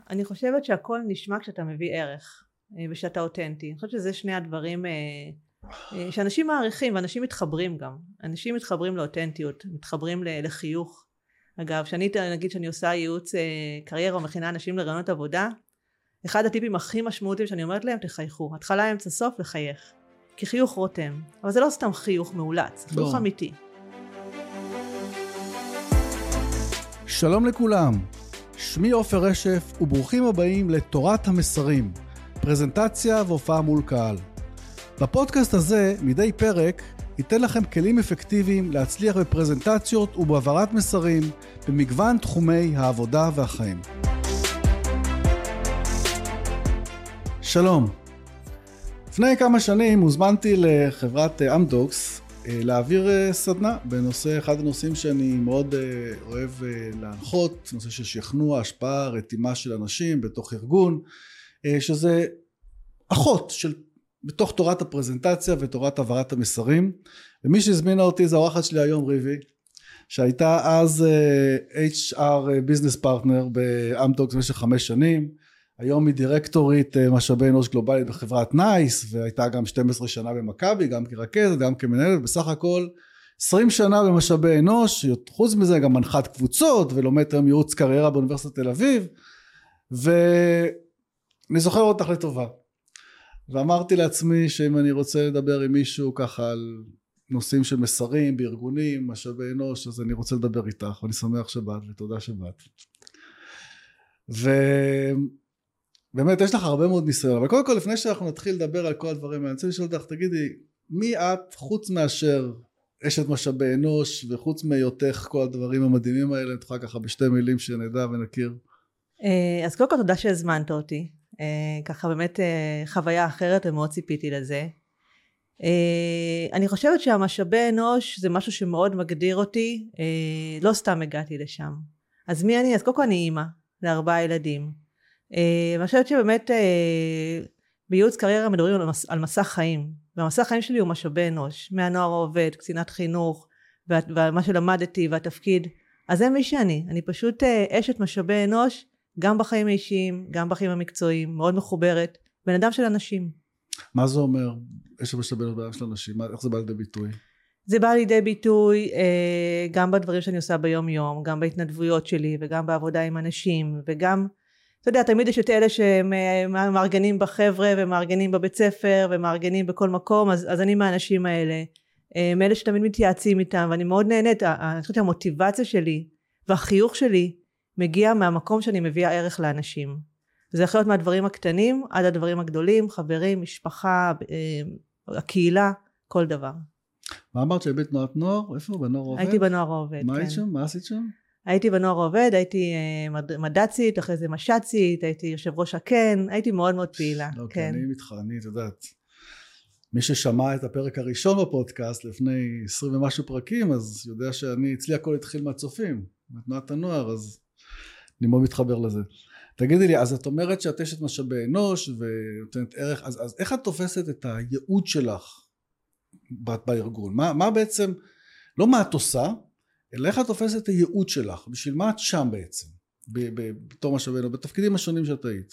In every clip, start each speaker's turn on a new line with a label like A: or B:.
A: אני חושבת שהכל נשמע כשאתה מביא ערך ושאתה אותנטי. אני חושבת שזה שני הדברים שאנשים מעריכים ואנשים מתחברים גם. אנשים מתחברים לאותנטיות, מתחברים לחיוך. אגב, נגיד שאני עושה ייעוץ קריירה או מכינה אנשים לרעיונות עבודה, אחד הטיפים הכי משמעותיים שאני אומרת להם, תחייכו. התחלה, אמצע, סוף, לחייך. כי חיוך רותם. אבל זה לא סתם חיוך מאולץ, זה חיוך אמיתי.
B: שלום לכולם. שמי עופר רשף וברוכים הבאים לתורת המסרים, פרזנטציה והופעה מול קהל. בפודקאסט הזה, מדי פרק, ייתן לכם כלים אפקטיביים להצליח בפרזנטציות ובהעברת מסרים במגוון תחומי העבודה והחיים. שלום. לפני כמה שנים הוזמנתי לחברת אמדוקס להעביר סדנה בנושא, אחד הנושאים שאני מאוד אוהב להנחות, נושא של שכנוע, השפעה, רתימה של אנשים בתוך ארגון, שזה אחות של בתוך תורת הפרזנטציה ותורת העברת המסרים. ומי שהזמינה אותי זה האורחת שלי היום, ריבי, שהייתה אז HR ביזנס פרטנר באמדוקס במשך 5 שנים. היום היא דירקטורית משאבי אנוש גלובלית בחברת נייס, והייתה גם 12 שנה במכבי, גם כרכזת, גם כמנהלת, בסך הכל 20 שנה במשאבי אנוש, חוץ מזה גם מנחת קבוצות, ולומדת היום ייעוץ קריירה באוניברסיטת תל אביב, ואני זוכר אותך לטובה. ואמרתי לעצמי שאם אני רוצה לדבר עם מישהו ככה על נושאים של מסרים בארגונים, משאבי אנוש, אז אני רוצה לדבר איתך, ואני שמח שבאת, ותודה שבאת. באמת יש לך הרבה מאוד ניסיון, אבל קודם כל לפני שאנחנו נתחיל לדבר על כל הדברים, אני רוצה לשאול אותך, תגידי, מי את חוץ מאשר אשת משאבי אנוש, וחוץ מהיותך כל הדברים המדהימים האלה, את יכולה ככה בשתי מילים שנדע ונכיר?
A: אז קודם כל תודה שהזמנת אותי, ככה באמת חוויה אחרת ומאוד ציפיתי לזה. אני חושבת שהמשאבי אנוש זה משהו שמאוד מגדיר אותי, לא סתם הגעתי לשם. אז מי אני? אז קודם כל אני אימא ל4 ילדים. אני חושבת שבאמת בייעוץ קריירה מדברים על מסע חיים, והמסע חיים שלי הוא משאבי אנוש, מהנוער העובד, קצינת חינוך, ומה שלמדתי והתפקיד, אז זה מי שאני, אני פשוט אשת משאבי אנוש, גם בחיים האישיים, גם בחיים המקצועיים, מאוד מחוברת, בן אדם של אנשים.
B: מה זה אומר, אשת משאבי אנוש בן אדם של אנשים, איך זה בא לידי ביטוי? זה
A: בא לידי ביטוי גם בדברים שאני עושה ביום יום, גם בהתנדבויות שלי, וגם בעבודה עם אנשים, וגם אתה יודע, תמיד יש את אלה שמארגנים בחבר'ה ומארגנים בבית ספר ומארגנים בכל מקום, אז אני מהאנשים האלה, מאלה שתמיד מתייעצים איתם, ואני מאוד נהנית. אני חושבת שהמוטיבציה שלי והחיוך שלי מגיע מהמקום שאני מביאה ערך לאנשים. זה יכול להיות מהדברים הקטנים עד הדברים הגדולים, חברים, משפחה, הקהילה, כל דבר.
B: מה אמרת שהיית בתנועת נוער? איפה? בנוער העובד?
A: הייתי בנוער העובד,
B: מה
A: כן.
B: היית שם? מה עשית שם?
A: הייתי בנוער העובד, הייתי מדצית, אחרי זה משצית, הייתי יושב ראש הקן, הייתי מאוד מאוד פעילה.
B: אוקיי, אני מתחרנית, יודעת. מי ששמע את הפרק הראשון בפודקאסט לפני 20 ומשהו פרקים, אז יודע שאני, אצלי הכל התחיל מהצופים, בתנועת הנוער, אז אני מאוד מתחבר לזה. תגידי לי, אז את אומרת שאת אשת משאבי אנוש ונותנת ערך, אז איך את תופסת את הייעוד שלך בארגון? מה בעצם, לא מה את עושה, אלא איך את תופסת את הייעוד שלך? בשביל מה את שם בעצם? בתור משאבי אנוש, בתפקידים השונים שאת היית?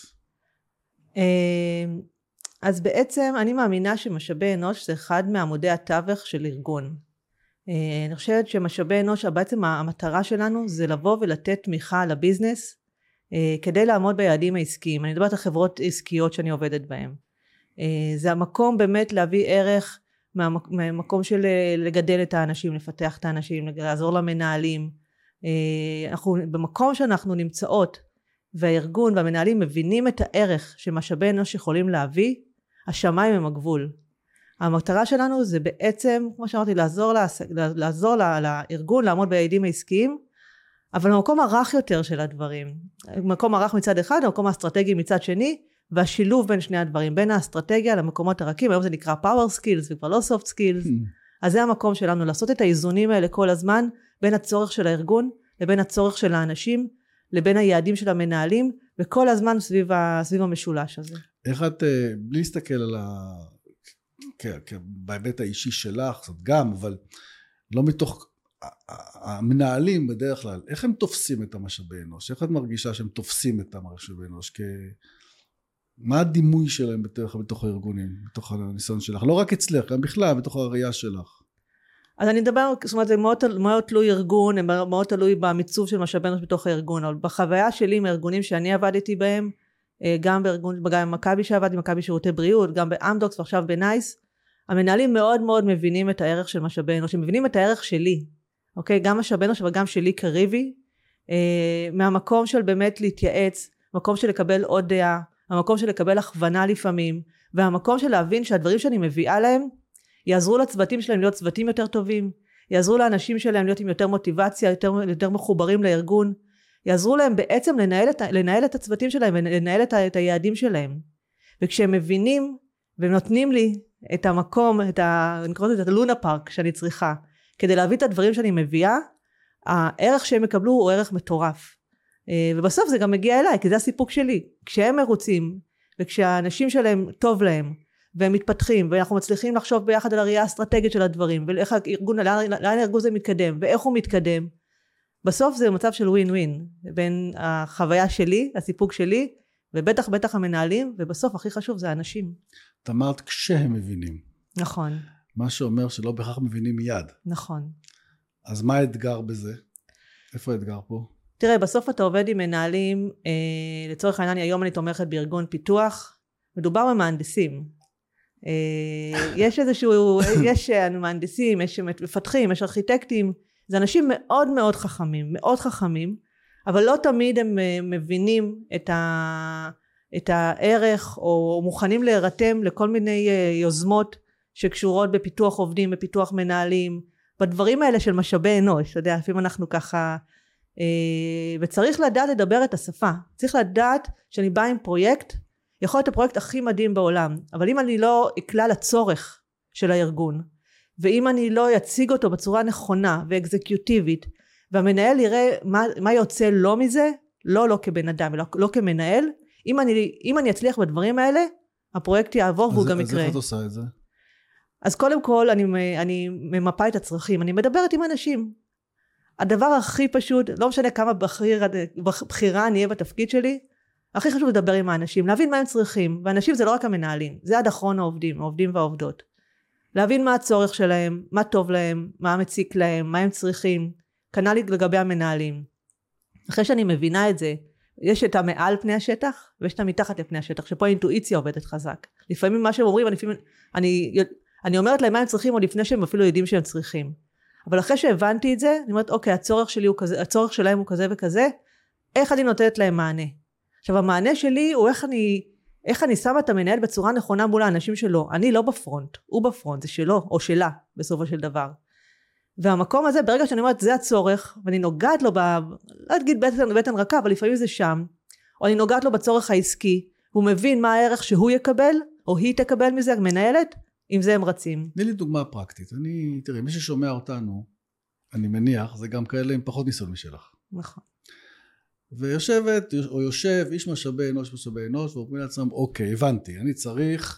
A: אז בעצם אני מאמינה שמשאבי אנוש זה אחד מעמודי התווך של ארגון. אני חושבת שמשאבי אנוש, בעצם המטרה שלנו זה לבוא ולתת תמיכה לביזנס, כדי לעמוד ביעדים העסקיים. אני מדברת על חברות עסקיות שאני עובדת בהן. זה המקום באמת להביא ערך, מהמקום של לגדל את האנשים, לפתח את האנשים, לעזור למנהלים. אנחנו במקום שאנחנו נמצאות, והארגון והמנהלים מבינים את הערך שמשאבי אנוש יכולים להביא, השמיים הם הגבול. המטרה שלנו זה בעצם, כמו שאמרתי, לעזור לארגון לעמוד ביעדים העסקיים, אבל במקום הרך יותר של הדברים. מקום הרך מצד אחד, המקום האסטרטגי מצד שני, והשילוב בין שני הדברים, בין האסטרטגיה למקומות הרכים, היום זה נקרא power skills וכבר לא soft skills, אז זה המקום שלנו, לעשות את האיזונים האלה כל הזמן, בין הצורך של הארגון, לבין הצורך של האנשים, לבין היעדים של המנהלים, וכל הזמן סביב המשולש הזה.
B: איך את, בלי להסתכל על בהיבט האישי שלך, זאת גם, אבל לא מתוך המנהלים בדרך כלל, איך הם תופסים את המשאבי אנוש? איך את מרגישה שהם תופסים את המשאבי אנוש? מה הדימוי שלהם בתוך הארגונים, בתוך הניסיון שלך? לא רק אצלך, גם בכלל, בתוך הראייה שלך.
A: אז אני מדבר, זאת אומרת, זה מאוד תלוי ארגון, מאוד תלוי במיצוב של משאבי אנוש בתוך הארגון, אבל בחוויה שלי עם הארגונים שאני עבדתי בהם, גם במכבי שעבדתי, מכבי שירותי בריאות, גם באמדוקס ועכשיו בנייס, המנהלים מאוד מאוד מבינים את הערך של משאבי אנוש, הם מבינים את הערך שלי, אוקיי? גם משאבי אנוש, אבל גם שלי קריבי, מהמקום של באמת להתייעץ, מקום של לקבל עוד דעה, המקום של לקבל הכוונה לפעמים, והמקום של להבין שהדברים שאני מביאה להם, יעזרו לצוותים שלהם להיות צוותים יותר טובים, יעזרו לאנשים שלהם להיות עם יותר מוטיבציה, יותר מחוברים לארגון, יעזרו להם בעצם לנהל את הצוותים שלהם, ולנהל את היעדים שלהם. וכשהם מבינים, והם נותנים לי את המקום, אני קוראת את הלונה פארק שאני צריכה, כדי להביא את הדברים שאני מביאה, הערך שהם יקבלו הוא ערך מטורף. ובסוף זה גם מגיע אליי, כי זה הסיפוק שלי. כשהם מרוצים, וכשהאנשים שלהם טוב להם, והם מתפתחים, ואנחנו מצליחים לחשוב ביחד על הראייה האסטרטגית של הדברים, ואיך הארגון, לאן הארגון זה מתקדם, ואיך הוא מתקדם, בסוף זה מצב של ווין ווין, בין החוויה שלי, הסיפוק שלי, ובטח המנהלים, ובסוף הכי חשוב זה האנשים.
B: את אמרת כשהם מבינים.
A: נכון.
B: מה שאומר שלא בהכרח מבינים מיד.
A: נכון.
B: אז מה האתגר בזה? איפה האתגר פה?
A: תראה, בסוף אתה עובד עם מנהלים, לצורך העניין, היום אני תומכת בארגון פיתוח, מדובר במהנדסים. יש יש מהנדסים, יש מפתחים, יש ארכיטקטים, זה אנשים מאוד מאוד חכמים, אבל לא תמיד הם מבינים את הערך, או מוכנים להירתם לכל מיני יוזמות שקשורות בפיתוח עובדים, בפיתוח מנהלים, בדברים האלה של משאבי אנוש, אתה יודע, לפעמים אנחנו ככה, וצריך לדעת לדבר את השפה, צריך לדעת שאני באה עם פרויקט, יכול להיות הפרויקט הכי מדהים בעולם, אבל אם אני לא אקלע לצורך של הארגון, ואם אני לא אציג אותו בצורה נכונה ואקזקיוטיבית, והמנהל יראה מה יוצא לו מזה, לא כבן אדם, לא כמנהל, אם אני אצליח בדברים האלה, הפרויקט יעבור והוא גם יקרה.
B: אז איך את עושה את זה?
A: אז קודם כל אני ממפה את הצרכים, אני מדברת עם אנשים. הדבר הכי פשוט, לא משנה כמה בחירה אני אהיה בתפקיד שלי, הכי חשוב לדבר עם האנשים, להבין מה הם צריכים, ואנשים זה לא רק המנהלים, זה עד אחרון העובדים והעובדות. להבין מה הצורך שלהם, מה טוב להם, מה מציק להם, מה הם צריכים, כנ"ל לגבי המנהלים. אחרי שאני מבינה את זה, יש את המעל פני השטח, ויש את המתחת לפני השטח, שפה האינטואיציה עובדת חזק. לפעמים מה שהם אומרים, אני אומרת להם מה הם צריכים, או לפני שהם אפילו יודעים שהם צריכים. אבל אחרי שהבנתי את זה, אני אומרת, אוקיי, הצורך שלהם הוא כזה וכזה, איך אני נותנת להם מענה? עכשיו, המענה שלי הוא איך אני שמה את המנהל בצורה נכונה מול האנשים שלו. אני לא בפרונט, הוא בפרונט, זה שלו או שלה בסופו של דבר. והמקום הזה, ברגע שאני אומרת, זה הצורך, ואני נוגעת לו, לא אגיד בטן רכה, אבל לפעמים זה שם, או אני נוגעת לו בצורך העסקי, הוא מבין מה הערך שהוא יקבל, או היא תקבל מזה, המנהלת, עם זה הם רצים.
B: תני לי דוגמה פרקטית. תראי, מי ששומע אותנו, אני מניח, זה גם כאלה עם פחות ניסיון משלך.
A: נכון.
B: ויושבת או יושב איש משאבי אנוש ואומרים לעצמם, אוקיי, הבנתי, אני צריך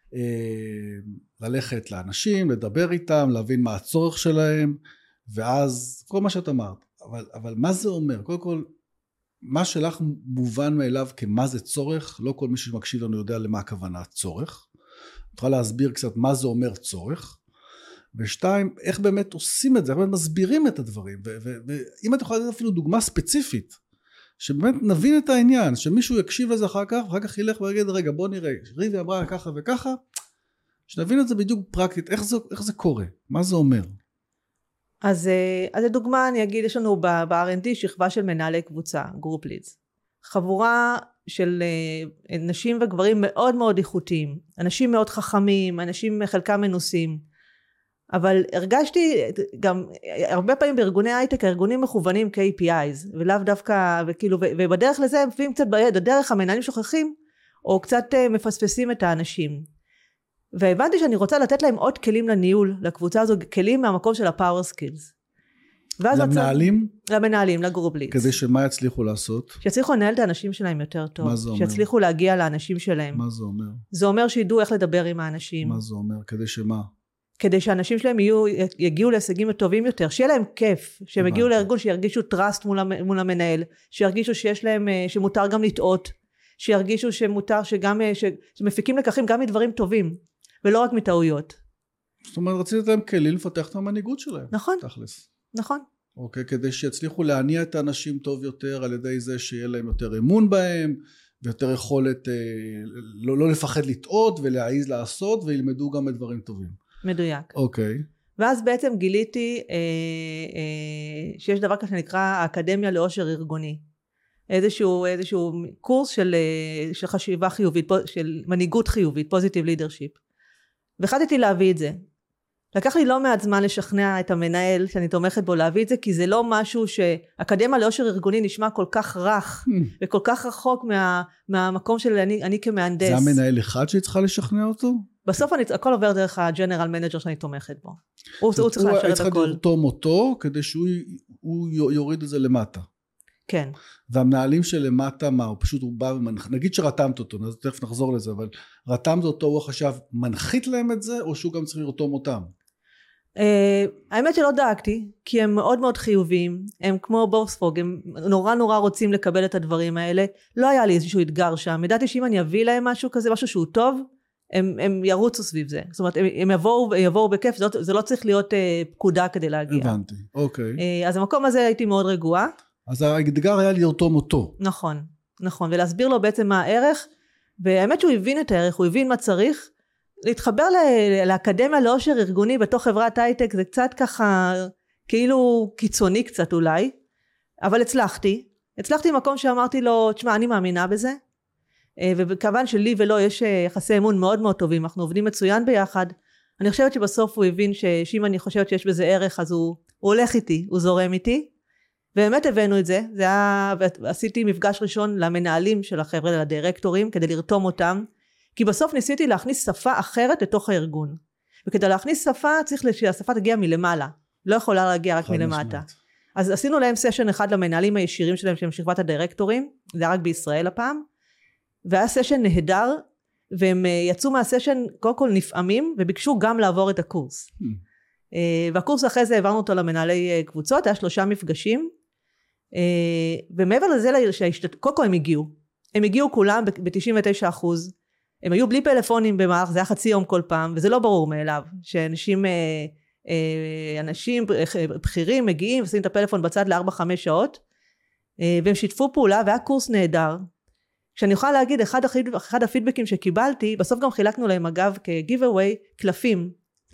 B: ללכת לאנשים, לדבר איתם, להבין מה הצורך שלהם, ואז כל מה שאת אמרת. אבל מה זה אומר? קודם כל, מה שלך מובן מאליו כמה זה צורך, לא כל מי שמקשיב לנו יודע למה הכוונה צורך. את יכולה להסביר קצת מה זה אומר צורך, ושתיים, איך באמת עושים את זה, איך באמת מסבירים את הדברים, ואם את יכולה לתת אפילו דוגמה ספציפית, שבאמת נבין את העניין, שמישהו יקשיב לזה אחר כך ילך ויגיד, רגע בוא נראה, ריבי אמרה ככה וככה, שנבין את זה בדיוק פרקטית, איך זה קורה, מה זה אומר?
A: אז לדוגמה אני אגיד, יש לנו ב-R&D שכבה של מנהלי קבוצה, גרופ לידס, חבורה של נשים וגברים מאוד מאוד איכותיים, אנשים מאוד חכמים, אנשים חלקם מנוסים, אבל הרגשתי גם הרבה פעמים בארגוני הייטק, הארגונים מכוונים KPIs, ולאו דווקא, וכאילו, ובדרך לזה הם מביאים קצת בדרך המנהלים שוכחים, או קצת מפספסים את האנשים. והבנתי שאני רוצה לתת להם עוד כלים לניהול, לקבוצה הזו, כלים מהמקום של ה-Power Skills.
B: למנהלים?
A: למנהלים, לגרופ לידס.
B: כדי שמה יצליחו לעשות?
A: שיצליחו לנהל את האנשים שלהם יותר טוב.
B: מה זה אומר?
A: שיצליחו להגיע לאנשים שלהם.
B: מה זה אומר?
A: זה אומר שידעו איך לדבר עם האנשים.
B: מה זה אומר? כדי שמה?
A: כדי שאנשים שלהם יגיעו להישגים טובים יותר, שיהיה להם כיף, שהם יגיעו לארגון, שירגישו טראסט מול המנהל, שירגישו שיש להם, שמותר גם לטעות, שירגישו שמותר שמפיקים לקחים גם מדברים טובים, ולא רק מטעויות.
B: זאת אומרת, רצית להם כלים לפתח את המנהיגות שלהם.
A: נכון,
B: תכלס.
A: נכון.
B: אוקיי, כדי שיצליחו להניע את האנשים טוב יותר, על ידי זה שיהיה להם יותר אמון בהם, ויותר יכולת לא לפחד לטעות, ולהעיז לעשות, וילמדו גם את דברים טובים.
A: מדויק.
B: אוקיי.
A: ואז בעצם גיליתי שיש דבר כזה שנקרא האקדמיה לאושר ארגוני. איזשהו קורס של חשיבה חיובית, של מנהיגות חיובית, positive leadership. והחלטתי להביא את זה. לקח לי לא מעט זמן לשכנע את המנהל שאני תומכת בו להביא את זה, כי זה לא משהו שאקדמיה לאושר ארגוני נשמע כל כך רך, וכל כך רחוק מהמקום של אני כמהנדס.
B: זה המנהל אחד שצריכה לשכנע אותו?
A: בסוף הכל עובר דרך הג'נרל מנג'ר שאני תומכת בו. הוא צריך לאשר את הכל.
B: צריך לרתום אותו כדי שהוא יוריד את זה למטה.
A: כן.
B: והמנהלים שלמטה מה? הוא פשוט בא ומנחית, נגיד שרתמת אותו, אז תכף נחזור לזה, אבל רתמת אותו, הוא חשב מנחית להם את זה, או שהוא גם צריך לרתום אותם?
A: האמת שלא דאגתי, כי הם מאוד מאוד חיוביים, הם כמו בורספוג, הם נורא רוצים לקבל את הדברים האלה, לא היה לי איזשהו אתגר שם, ידעתי שאם אני אביא להם משהו כזה, משהו שהוא טוב, הם ירוצו סביב זה, זאת אומרת הם יבואו בכיף, זה לא צריך להיות פקודה כדי להגיע.
B: הבנתי, אוקיי.
A: אז המקום הזה הייתי מאוד רגועה.
B: אז האתגר היה לרתום אותו.
A: נכון, ולהסביר לו בעצם מה הערך, והאמת שהוא הבין את הערך, הוא הבין מה צריך, להתחבר לאקדמיה לאושר ארגוני בתוך חברת הייטק, זה קצת ככה, כאילו קיצוני קצת אולי, אבל הצלחתי במקום שאמרתי לו, תשמע, אני מאמינה בזה, וכיוון שלי ולא יש יחסי אמון מאוד מאוד טובים, אנחנו עובדים מצוין ביחד, אני חושבת שבסוף הוא הבין שאם אני חושבת שיש בזה ערך, אז הוא הולך איתי, הוא זורם איתי, ובאמת הבאנו את זה, עשיתי מפגש ראשון למנהלים של החבר'ה, לדירקטורים, כדי לרתום אותם, כי בסוף ניסיתי להכניס שפה אחרת לתוך הארגון, וכדי להכניס שפה צריך שהשפה תגיע מלמעלה, לא יכולה להגיע רק מלמטה. אז עשינו להם סשן אחד למנהלים הישירים שלהם, שהם שכבת הדירקטורים, זה היה רק בישראל הפעם, והיה סשן נהדר, והם יצאו מהסשן קודם כל נפעמים, וביקשו גם לעבור את הקורס. והקורס אחרי זה העברנו אותו למנהלי קבוצות, היה 3 מפגשים, ומעבר לזה, קודם כל הם הגיעו כולם ב-99%, הם היו בלי פלאפונים במערך, זה היה חצי יום כל פעם, וזה לא ברור מאליו, שאנשים בכירים מגיעים, ושמים את הפלאפון בצד ל4-5 שעות, והם שיתפו פעולה, והיה קורס נהדר, כשאני יכולה להגיד, אחד הפידבקים שקיבלתי, בסוף גם חילקנו להם אגב כגיב-אווי, קלפים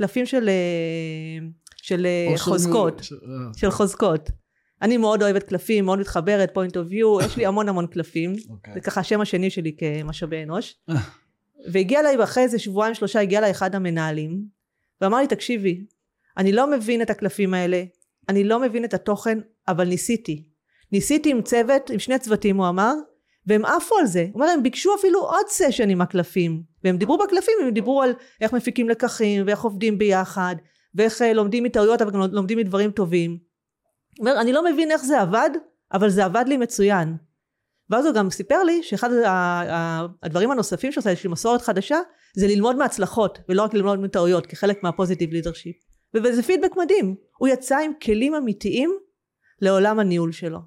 A: של חוזקות, אני מאוד אוהבת קלפים, מאוד מתחברת, point of view, יש לי המון קלפים, זה ככה השם השני שלי כמשאבי אנוש, והגיע אליי אחרי איזה 2-3 הגיע אליי אחד המנהלים, ואמר לי תקשיבי, אני לא מבין את הקלפים האלה, אני לא מבין את התוכן, אבל ניסיתי עם צוות, עם 2 צוותים הוא אמר, והם עפו על זה, הוא אומר הם ביקשו אפילו עוד סשן עם הקלפים, והם דיברו בקלפים, הם דיברו על איך מפיקים לקחים, ואיך עובדים ביחד, ואיך לומדים מטעויות, אבל גם לומדים מדברים טובים. הוא אומר, אני לא מבין איך זה עבד, אבל זה עבד לי מצוין. ואז הוא גם סיפר לי, שאחד הדברים הנוספים שעושה, יש לי מסורת חדשה, זה ללמוד מהצלחות, ולא רק ללמוד מטעויות, כחלק מהפוזיטיב לידרשיפ. וזה פידבק מדהים, הוא יצא עם כלים אמיתיים, לעולם הניהול שלו.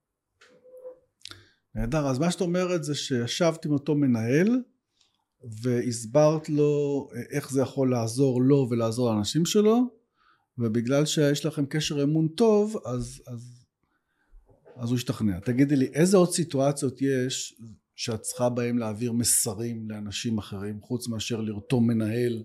B: נהדר, אז מה שאת אומרת זה שישבת עם אותו מנהל, והסברת לו איך זה יכול לעזור לו ולעזור לאנשים שלו, ובגלל שיש לכם קשר אמון טוב, אז הוא ישתכנע. תגידי לי, איזה עוד סיטואציות יש שאת צריכה בהם להעביר מסרים לאנשים אחרים, חוץ מאשר לרתום מנהל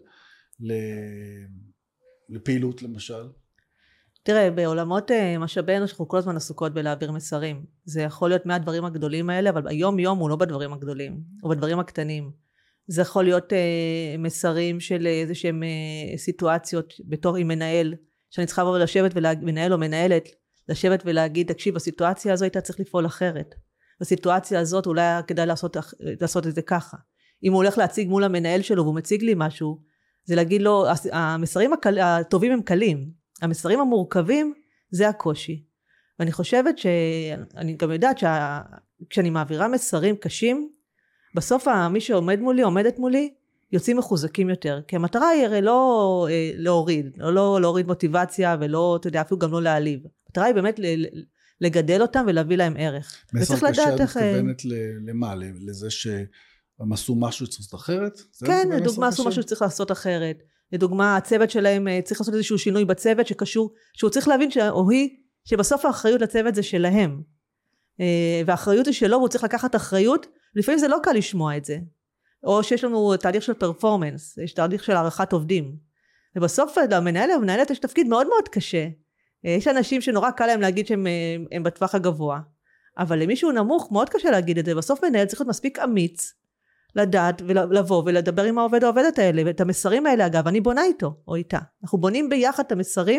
B: לפעילות למשל?
A: תראה, בעולמות משאבי אנוש אנחנו כל הזמן עסוקות בלהעביר מסרים. זה יכול להיות מהדברים הגדולים האלה, אבל היום יום הוא לא בדברים הגדולים, הוא בדברים הקטנים. זה יכול להיות מסרים של איזה שהם סיטואציות בתור עם מנהל, שאני צריכה לבוא לשבת מנהל או מנהלת, לשבת ולהגיד, תקשיב, בסיטואציה הזו הייתה צריך לפעול אחרת. בסיטואציה הזאת אולי כדאי לעשות את זה ככה. אם הוא הולך להציג מול המנהל שלו והוא מציג לי משהו, זה להגיד לו, המסרים הטובים הם קלים, המסרים המורכבים זה הקושי. ואני חושבת שאני גם יודעת כשאני מעבירה מסרים קשים, בסוף מי שעומד מולי, עומדת מולי, יוצאים מחוזקים יותר, כי המטרה היא הרי לא להוריד, לא להוריד מוטיבציה, ולא, אתה יודע, אפילו גם לא להעליב. המטרה היא באמת לגדל אותם ולהביא להם ערך.
B: מסר קשה את מתכוונת למה? לזה שהם עשו משהו שצריך לעשות אחרת?
A: כן, לדוגמה עשו משהו שצריך לעשות אחרת. לדוגמה, הצוות שלהם צריך לעשות איזשהו שינוי בצוות שקשור, שהוא צריך להבין שבסוף האחריות לצוות זה שלהם. והאחריות היא שלו, והוא צריך לקחת אחריות, לפעמים זה לא קל לשמוע את זה. או שיש לנו תהליך של פרפורמנס, יש תהליך של הערכת עובדים. ובסוף למנהל או מנהלת יש תפקיד מאוד מאוד קשה. יש אנשים שנורא קל להם להגיד שהם בטווח הגבוה. אבל למישהו נמוך מאוד קשה להגיד את זה. בסוף מנהל צריך להיות מספיק אמיץ, לדעת ולבוא ולדבר עם העובד או העובדת האלה. ואת המסרים האלה אגב, אני בונה איתו או איתה. אנחנו בונים ביחד את המסרים.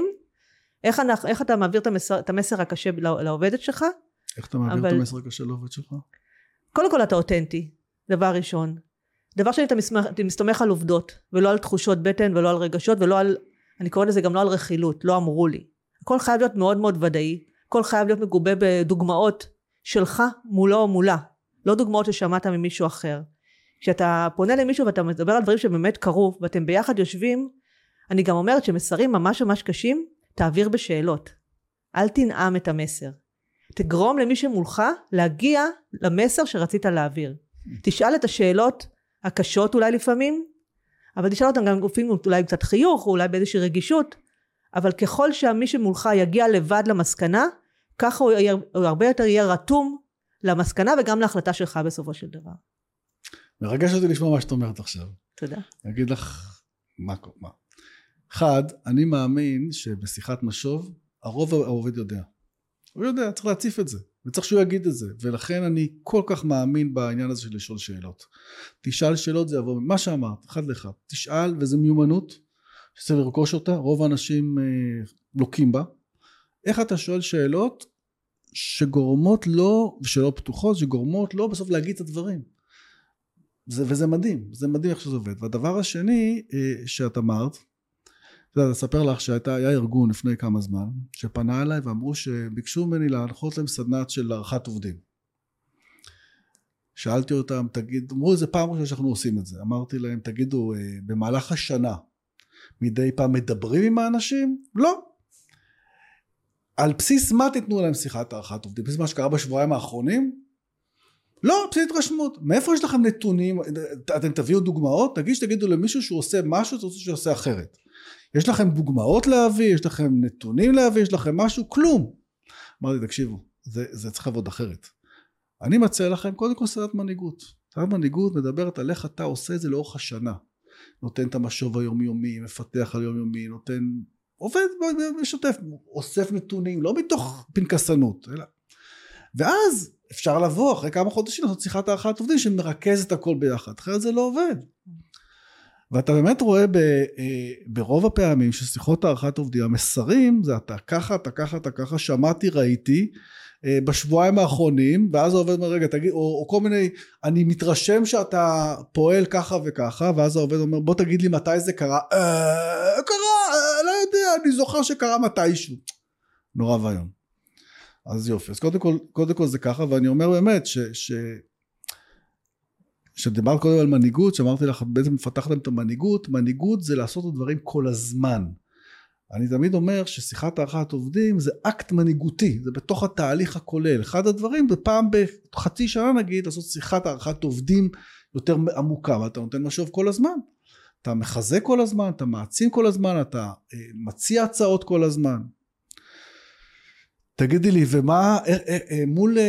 A: איך אתה מעביר את המסר הקשה לעובדת שלך?
B: איך אתה מעביר את המסר הקשה לעובד שלך?
A: קודם כל אתה אותנטי, דבר ראשון. דבר שני, אתה מסתמך על עובדות, ולא על תחושות בטן, ולא על רגשות, ולא על, אני קורא לזה גם לא על רכילות, לא אמרו לי. הכל חייב להיות מאוד מאוד ודאי, הכל חייב להיות מגובה בדוגמאות שלך מולו או מולה, לא דוגמאות ששמעת ממישהו אחר. כשאתה פונה למישהו ואתה מדבר על דברים שבאמת קרו, ואתם ביחד יושבים, אני גם אומרת שמסרים ממש ממש קשים, תעביר בשאלות. אל תנעם את המסר. תגרום למי שמולך להגיע למסר שרצית להעביר. תשאל את השאלות הקשות אולי לפעמים, אבל תשאל אותם גם גופים אולי קצת חיוך, או אולי באיזושהי רגישות, אבל ככל שמי שמולך יגיע לבד למסקנה, ככה הוא הרבה יותר יהיה רתום למסקנה, וגם להחלטה שלך בסופו של דבר.
B: מרגש אותי לשמוע מה שאת אומרת עכשיו.
A: תודה.
B: אני אגיד לך מה. אחד, אני מאמין שבשיחת משוב, הרוב העובד יודע. הוא יודע, צריך להציף את זה. וצריך שהוא יגיד את זה, ולכן אני כל כך מאמין בעניין הזה של לשאול שאלות. תשאל שאלות, זה יבוא, מה שאמרת, אחד לאחד, תשאל, וזה מיומנות, שצריך לרכוש אותה, רוב האנשים לוקים בה. איך אתה שואל שאלות שגורמות לו, ושאלות פתוחות, שגורמות לו בסוף להגיד את הדברים. וזה מדהים, זה מדהים איך שזה עובד. והדבר השני שאת אמרת, אספר לך שהיה ארגון לפני כמה זמן שפנה אליי ואמרו שביקשו ממני להנחות להם סדנת של הערכת עובדים. שאלתי אותם, אמרו איזה פעם ראשונה שאנחנו עושים את זה. אמרתי להם, תגידו, במהלך השנה מדי פעם מדברים עם האנשים? לא. על בסיס מה תיתנו להם שיחת הערכת עובדים? בסיס מה שקרה בשבועיים האחרונים? לא, בסיס התרשמות. מאיפה יש לכם נתונים? אתם תביאו דוגמאות? תגידו למישהו שהוא עושה משהו, אתה רוצה שהוא עושה אחרת. יש לכם דוגמאות להביא, יש לכם נתונים להביא, יש לכם משהו, כלום. אמרתי, תקשיבו, זה צריך לעבוד אחרת. אני מציע לכם, קודם כל סדנת מנהיגות. סדנת מנהיגות מדברת על איך אתה עושה את זה לאורך השנה. נותן את המשוב היומיומי, מפתח על יומיומי, נותן, עובד, משתף, אוסף נתונים, לא מתוך פנקסנות, אלא. ואז אפשר לבוא אחרי כמה חודשים, לעשות שיחת הערכת עובדים שמרכז את הכל ביחד. אחרת זה לא עובד. ואתה באמת רואה ברוב הפעמים ששיחות הערכת עובדים, המסרים זה אתה ככה, שמעתי, ראיתי, בשבועיים האחרונים, ואז העובד אומר, רגע, תגיד, או כל מיני, אני מתרשם שאתה פועל ככה וככה, ואז העובד אומר, בוא תגיד לי מתי זה קרה, קרה, לא יודע, אני זוכר שקרה מתישהו. נורא ויום. אז יופי, אז קודם כל זה ככה, ואני אומר באמת שדיברת קודם על מנהיגות, שאמרתי לך, בעצם מפתחת להם את המנהיגות, מנהיגות זה לעשות את הדברים כל הזמן. אני תמיד אומר ששיחת הערכת עובדים זה אקט מנהיגותי, זה בתוך התהליך הכולל. אחד הדברים, בפעם בחצי שנה נגיד, לעשות שיחת הערכת עובדים יותר עמוקה, ואתה נותן משוב כל הזמן. אתה מחזק כל הזמן, אתה מעצים כל הזמן, אתה מציע הצעות כל הזמן. תגידי לי, ומה, מול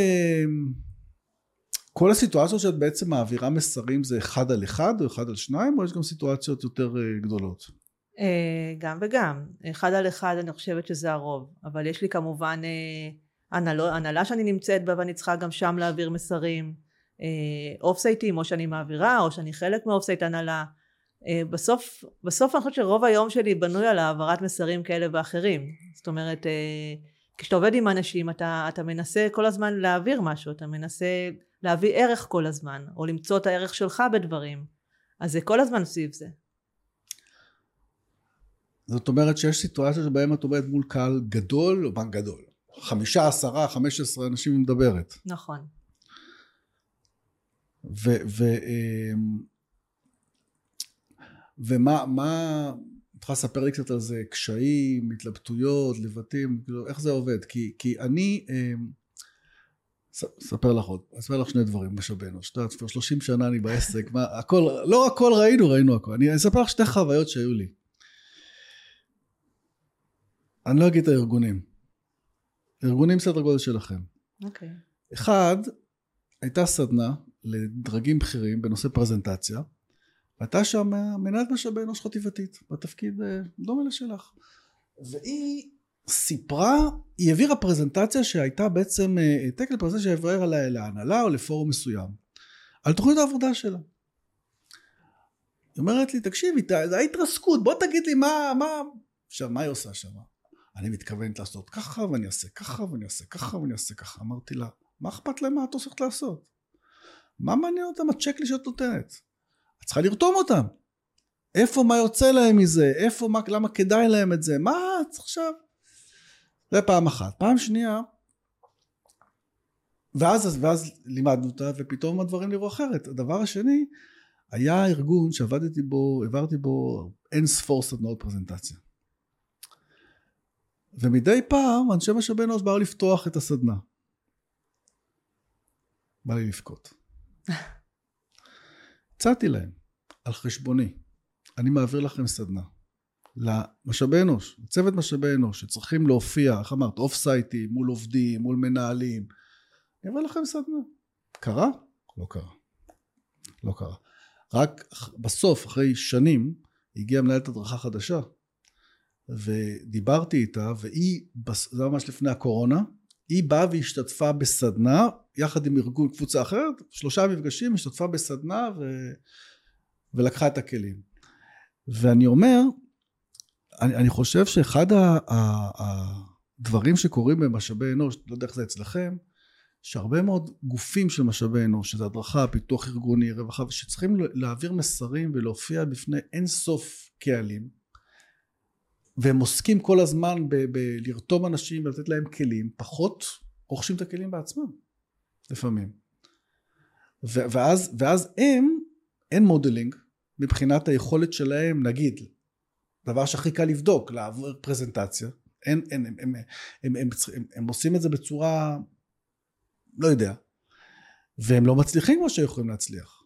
B: כל הסיטואציות שאת בעצם מעבירה מסרים זה 1 על 1 או 1 על 2, או יש גם סיטואציות יותר גדולות?
A: גם וגם. 1 על 1 אני חושבת שזה הרוב, אבל יש לי כמובן הנהלה שאני נמצאת בה ואני צריכה גם שם להעביר מסרים, אופסייטים או שאני מעבירה או שאני חלק מאופסייט הנהלה. בסוף אני חושבת שרוב היום שלי בנוי על העברת מסרים כאלה ואחרים. זאת אומרת, כשאתה עובד עם אנשים אתה מנסה כל הזמן להעביר משהו, אתה מנסה להביא ערך כל הזמן, או למצוא את הערך שלך בדברים. אז זה כל הזמן סביב זה.
B: זאת אומרת שיש סיטואציה שבהם את עובדת מול קהל גדול, או בנק גדול. 5, 10, 15 אנשים מדברת.
A: נכון.
B: ומה, תוכל לספר לי קצת על זה, קשיים, התלבטויות, לבטים, איך זה עובד? כי אני, אספר לך שני דברים, משאבי אנוש. אתה יודע, כבר 30 שנה אני בעסק, לא הכל ראינו הכל. אני אספר לך שתי חוויות שהיו לי. אני לא אגיד את הארגונים. ארגונים סדר גודל שלכם.
A: אוקיי.
B: אחד, הייתה סדנה לדרגים בכירים בנושא פרזנטציה, והייתה שם מנהלת משאבי אנוש חטיבתית, בתפקיד דומה לשלך. והיא סיפרה, היא העבירה פרזנטציה שהייתה בעצם העתק לפרזנטציה שהעבירה להנהלה או לפורום מסוים, על תוכנית העבודה שלה. היא אומרת לי, תקשיבי, זה ההתרסקות, בוא תגיד לי מה... עכשיו, מה היא עושה שם? אני מתכוונת לעשות ככה, ואני אעשה ככה, ואני אעשה ככה, ואני אעשה ככה. אמרתי לה, מה אכפת להם מה את הולכת לעשות? מה מעניין אותם הצ'ק לי שאת נותנת? את צריכה לרתום אותם. איפה מה יוצא להם מזה? איפה, למה כדאי להם את זה? מה צריך עכשיו? זה פעם אחת. פעם שנייה, ואז לימדנו אותה, ופתאום הדברים נראו אחרת. הדבר השני, היה ארגון שעבדתי בו, העברתי בו אין ספור סדנאות פרזנטציה. ומדי פעם, אנשי משאבי אנוש באו לפתוח את הסדנה. בא לי לבכות. הצעתי להם, על חשבוני, אני מעביר לכם סדנה. למשאבי אנוש, צוות משאבי אנוש, שצריכים להופיע, איך אמרת, אוף סייטים, מול עובדים, מול מנהלים. אני אעביר לכם סדנה. קרה? לא קרה. לא קרה. רק בסוף, אחרי שנים, הגיעה מנהלת הדרכה חדשה, ודיברתי איתה, והיא, זה ממש לפני הקורונה, היא באה והשתתפה בסדנה, יחד עם ארגון קבוצה אחרת, 3 מפגשים, השתתפה בסדנה, ולקחה את הכלים. ואני אומר, אני חושב שאחד הדברים שקורים במשאבי אנוש, לא יודע איך זה אצלכם, שהרבה מאוד גופים של משאבי אנוש, שזה הדרכה, פיתוח ארגוני, רווחה, שצריכים להעביר מסרים ולהופיע בפני אין סוף קהלים, והם עוסקים כל הזמן לרתום אנשים ולתת להם כלים, פחות רוכשים את הכלים בעצמם, לפעמים. ואז אין מודלינג, מבחינת היכולת שלהם, נגיד, דבר שהכי קל לבדוק, לעבור פרזנטציה, הם עושים את זה בצורה, לא יודע, והם לא מצליחים כמו שיכולים להצליח.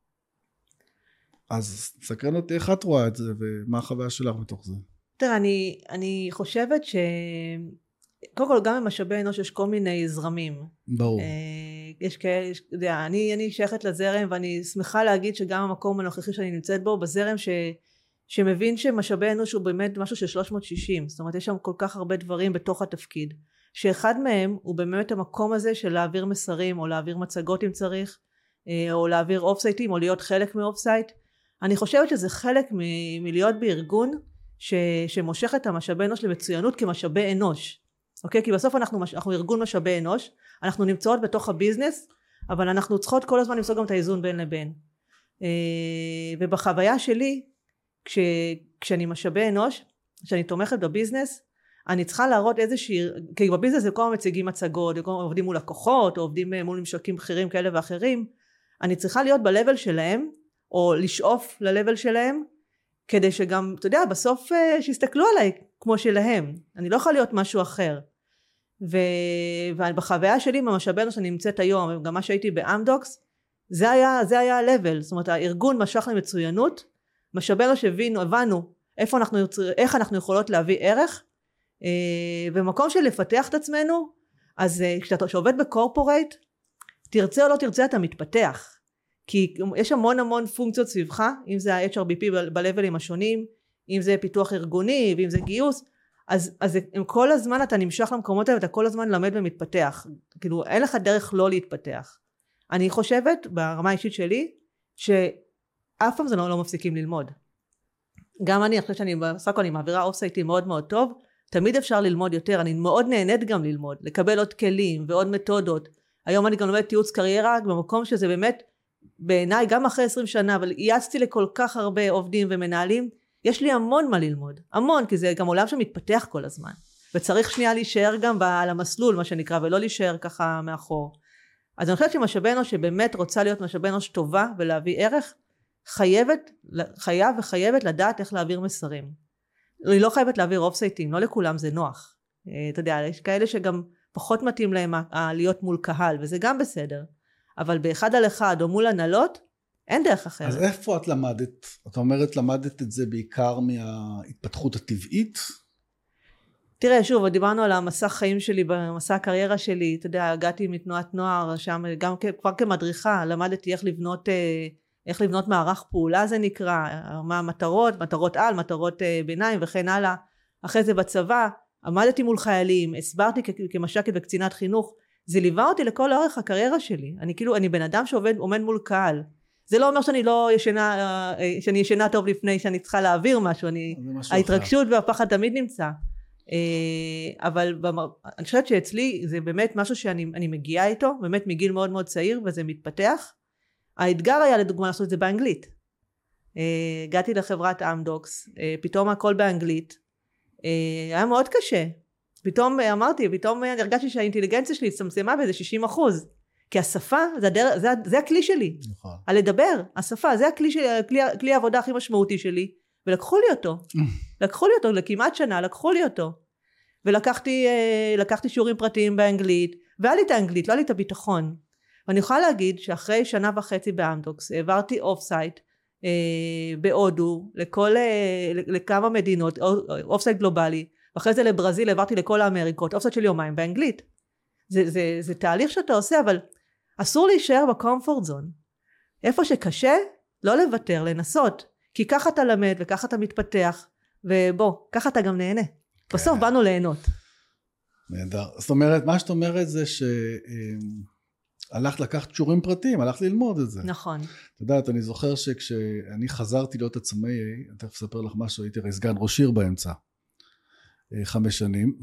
B: אז סקרן אותי איך את רואה את זה, ומה החוויה שלך בתוך זה?
A: תראה, אני חושבת קודם כל גם במשאבי אנוש יש כל מיני זרמים.
B: ברור.
A: יש כאלה, אני שייכת לזרם, ואני שמחה להגיד שגם המקום הנוכחי שאני נמצאת בו, בזרם שמבין שמשאבי אנוש הוא באמת משהו של 360, זאת אומרת יש שם כל כך הרבה דברים בתוך התפקיד, שאחד מהם הוא באמת המקום הזה של להעביר מסרים, או להעביר מצגות אם צריך, או להעביר אוף סייטים, או להיות חלק מאוף סייט. אני חושבת שזה חלק מלהיות בארגון, שמושך את המשאבי אנוש למצוינות כמשאבי אנוש. אוקיי? כי בסוף אנחנו ארגון משאבי אנוש, אנחנו נמצאות בתוך הביזנס, אבל אנחנו צריכות כל הזמן למצוא גם את האיזון בין לבין. ובחוויה שלי, כשאני משאבי אנוש, כשאני תומכת בביזנס, אני צריכה להראות איזושהי, כי בביזנס זה כל הזמן מציגים מצגות, עובדים מול לקוחות, או עובדים מול ממשקים בכירים כאלה ואחרים, אני צריכה להיות בלבל שלהם, או לשאוף ללבל שלהם, כדי שגם, אתה יודע, בסוף שיסתכלו עליי כמו שלהם. אני לא יכולה להיות משהו אחר. ובחוויה שלי, במשאבי אנוש שאני נמצאת היום, גם מה שהייתי באמדוקס, זה היה הלבל. זאת אומרת, הארגון משך למצוינות, משאבי אנוש הבנו איך אנחנו יכולות להביא ערך, במקום של לפתח את עצמנו, אז כשאתה עובד בקורפורייט, תרצה או לא תרצה, אתה מתפתח. כי יש המון פונקציות סביבך, אם זה ה-HRBP בלבלים השונים, אם זה פיתוח ארגוני, ואם זה גיוס, אז כל הזמן אתה נמשך למקומות האלה, ואתה כל הזמן למד ומתפתח. כאילו, אין לך דרך לא להתפתח. אני חושבת, ברמה האישית שלי, שאף פעם זה לא מפסיקים ללמוד. גם אני חושבת שאני בסך הכל אני מעבירה אוף סייטי מאוד מאוד טוב, תמיד אפשר ללמוד יותר, אני מאוד נהנית גם ללמוד, לקבל עוד כלים ועוד מתודות. היום אני גם לומדת ייעוץ קריירה, במקום שזה באמת, בעיניי גם אחרי 20 שנה, אבל ייעצתי לכל כך הרבה עובדים ומנהלים, יש לי המון מה ללמוד, המון, כי זה גם עולם שמתפתח כל הזמן, וצריך שנייה להישאר גם על המסלול, מה שנקרא, ולא להישאר ככה מאחור. אז אני חושבת שמשאבי אנוש שבאמת רוצה להיות משאבי אנוש טובה ולהביא ערך, חייבת לדעת איך להעביר מסרים. היא לא חייבת להעביר אופסייטים, לא לכולם זה נוח. אתה יודע, יש כאלה שגם פחות מתאים להם להיות מול קהל, וזה גם בסדר. אבל באחד על אחד או מול הנהלות, אין דרך אחרת.
B: אז איפה את למדת? את אומרת, למדת את זה בעיקר מההתפתחות הטבעית?
A: תראה, שוב, דיברנו על המסע חיים שלי, במסע הקריירה שלי, אתה יודע, הגעתי מתנועת נוער, שם גם כבר כמדריכה, למדתי איך לבנות מערך פעולה, זה נקרא, מה המטרות, מטרות על, מטרות ביניים וכן הלאה. אחרי זה בצבא, עמדתי מול חיילים, הסברתי כמש"קית וקצינת חינוך, זה ליווה אותי לכל אורך הקריירה שלי. אני בן אדם שעומד מול קהל. זה לא אומר שאני ישנה טוב לפני שאני צריכה להעביר משהו, ההתרגשות והפחד תמיד נמצא. אבל אני חושבת שאצלי זה באמת משהו שאני מגיעה איתו, באמת מגיל מאוד מאוד צעיר, וזה מתפתח. האתגר היה לדוגמה לעשות את זה באנגלית. הגעתי לחברת אמדוקס, פתאום הכל באנגלית, היה מאוד קשה. פתאום הרגשתי שהאינטליגנציה שלי הצטמצמה באיזה 60%. כי השפה זה הכלי שלי. נכון. על לדבר, השפה זה כלי העבודה הכי משמעותי שלי, ולקחו לי אותו לכמעט שנה, לקחו לי אותו. ולקחתי שיעורים פרטיים באנגלית, והיה לי את האנגלית, לא היה לי את הביטחון. ואני יכולה להגיד שאחרי 1.5 שנה באמדוקס, העברתי אוף סייט בהודו, לכמה מדינות, אוף סייט גלובלי, ואחרי זה לברזיל העברתי לכל האמריקות, אוף סייט של יומיים באנגלית. זה תהליך שאתה עושה, אבל אסור להישאר בקומפורט זון. איפה שקשה, לא לוותר, לנסות. כי ככה אתה למד וככה אתה מתפתח, ובוא, ככה אתה גם נהנה. בסוף באנו ליהנות.
B: נהדר. זאת אומרת, מה שאת אומרת זה הלכת לקחת שיעורים פרטיים, הלכת ללמוד את זה.
A: נכון.
B: אתה יודעת, אני זוכר שכשאני חזרתי להיות עצמאי, אני תכף אספר לך משהו, הייתי הרי סגן ראש עיר באמצע, 5 שנים,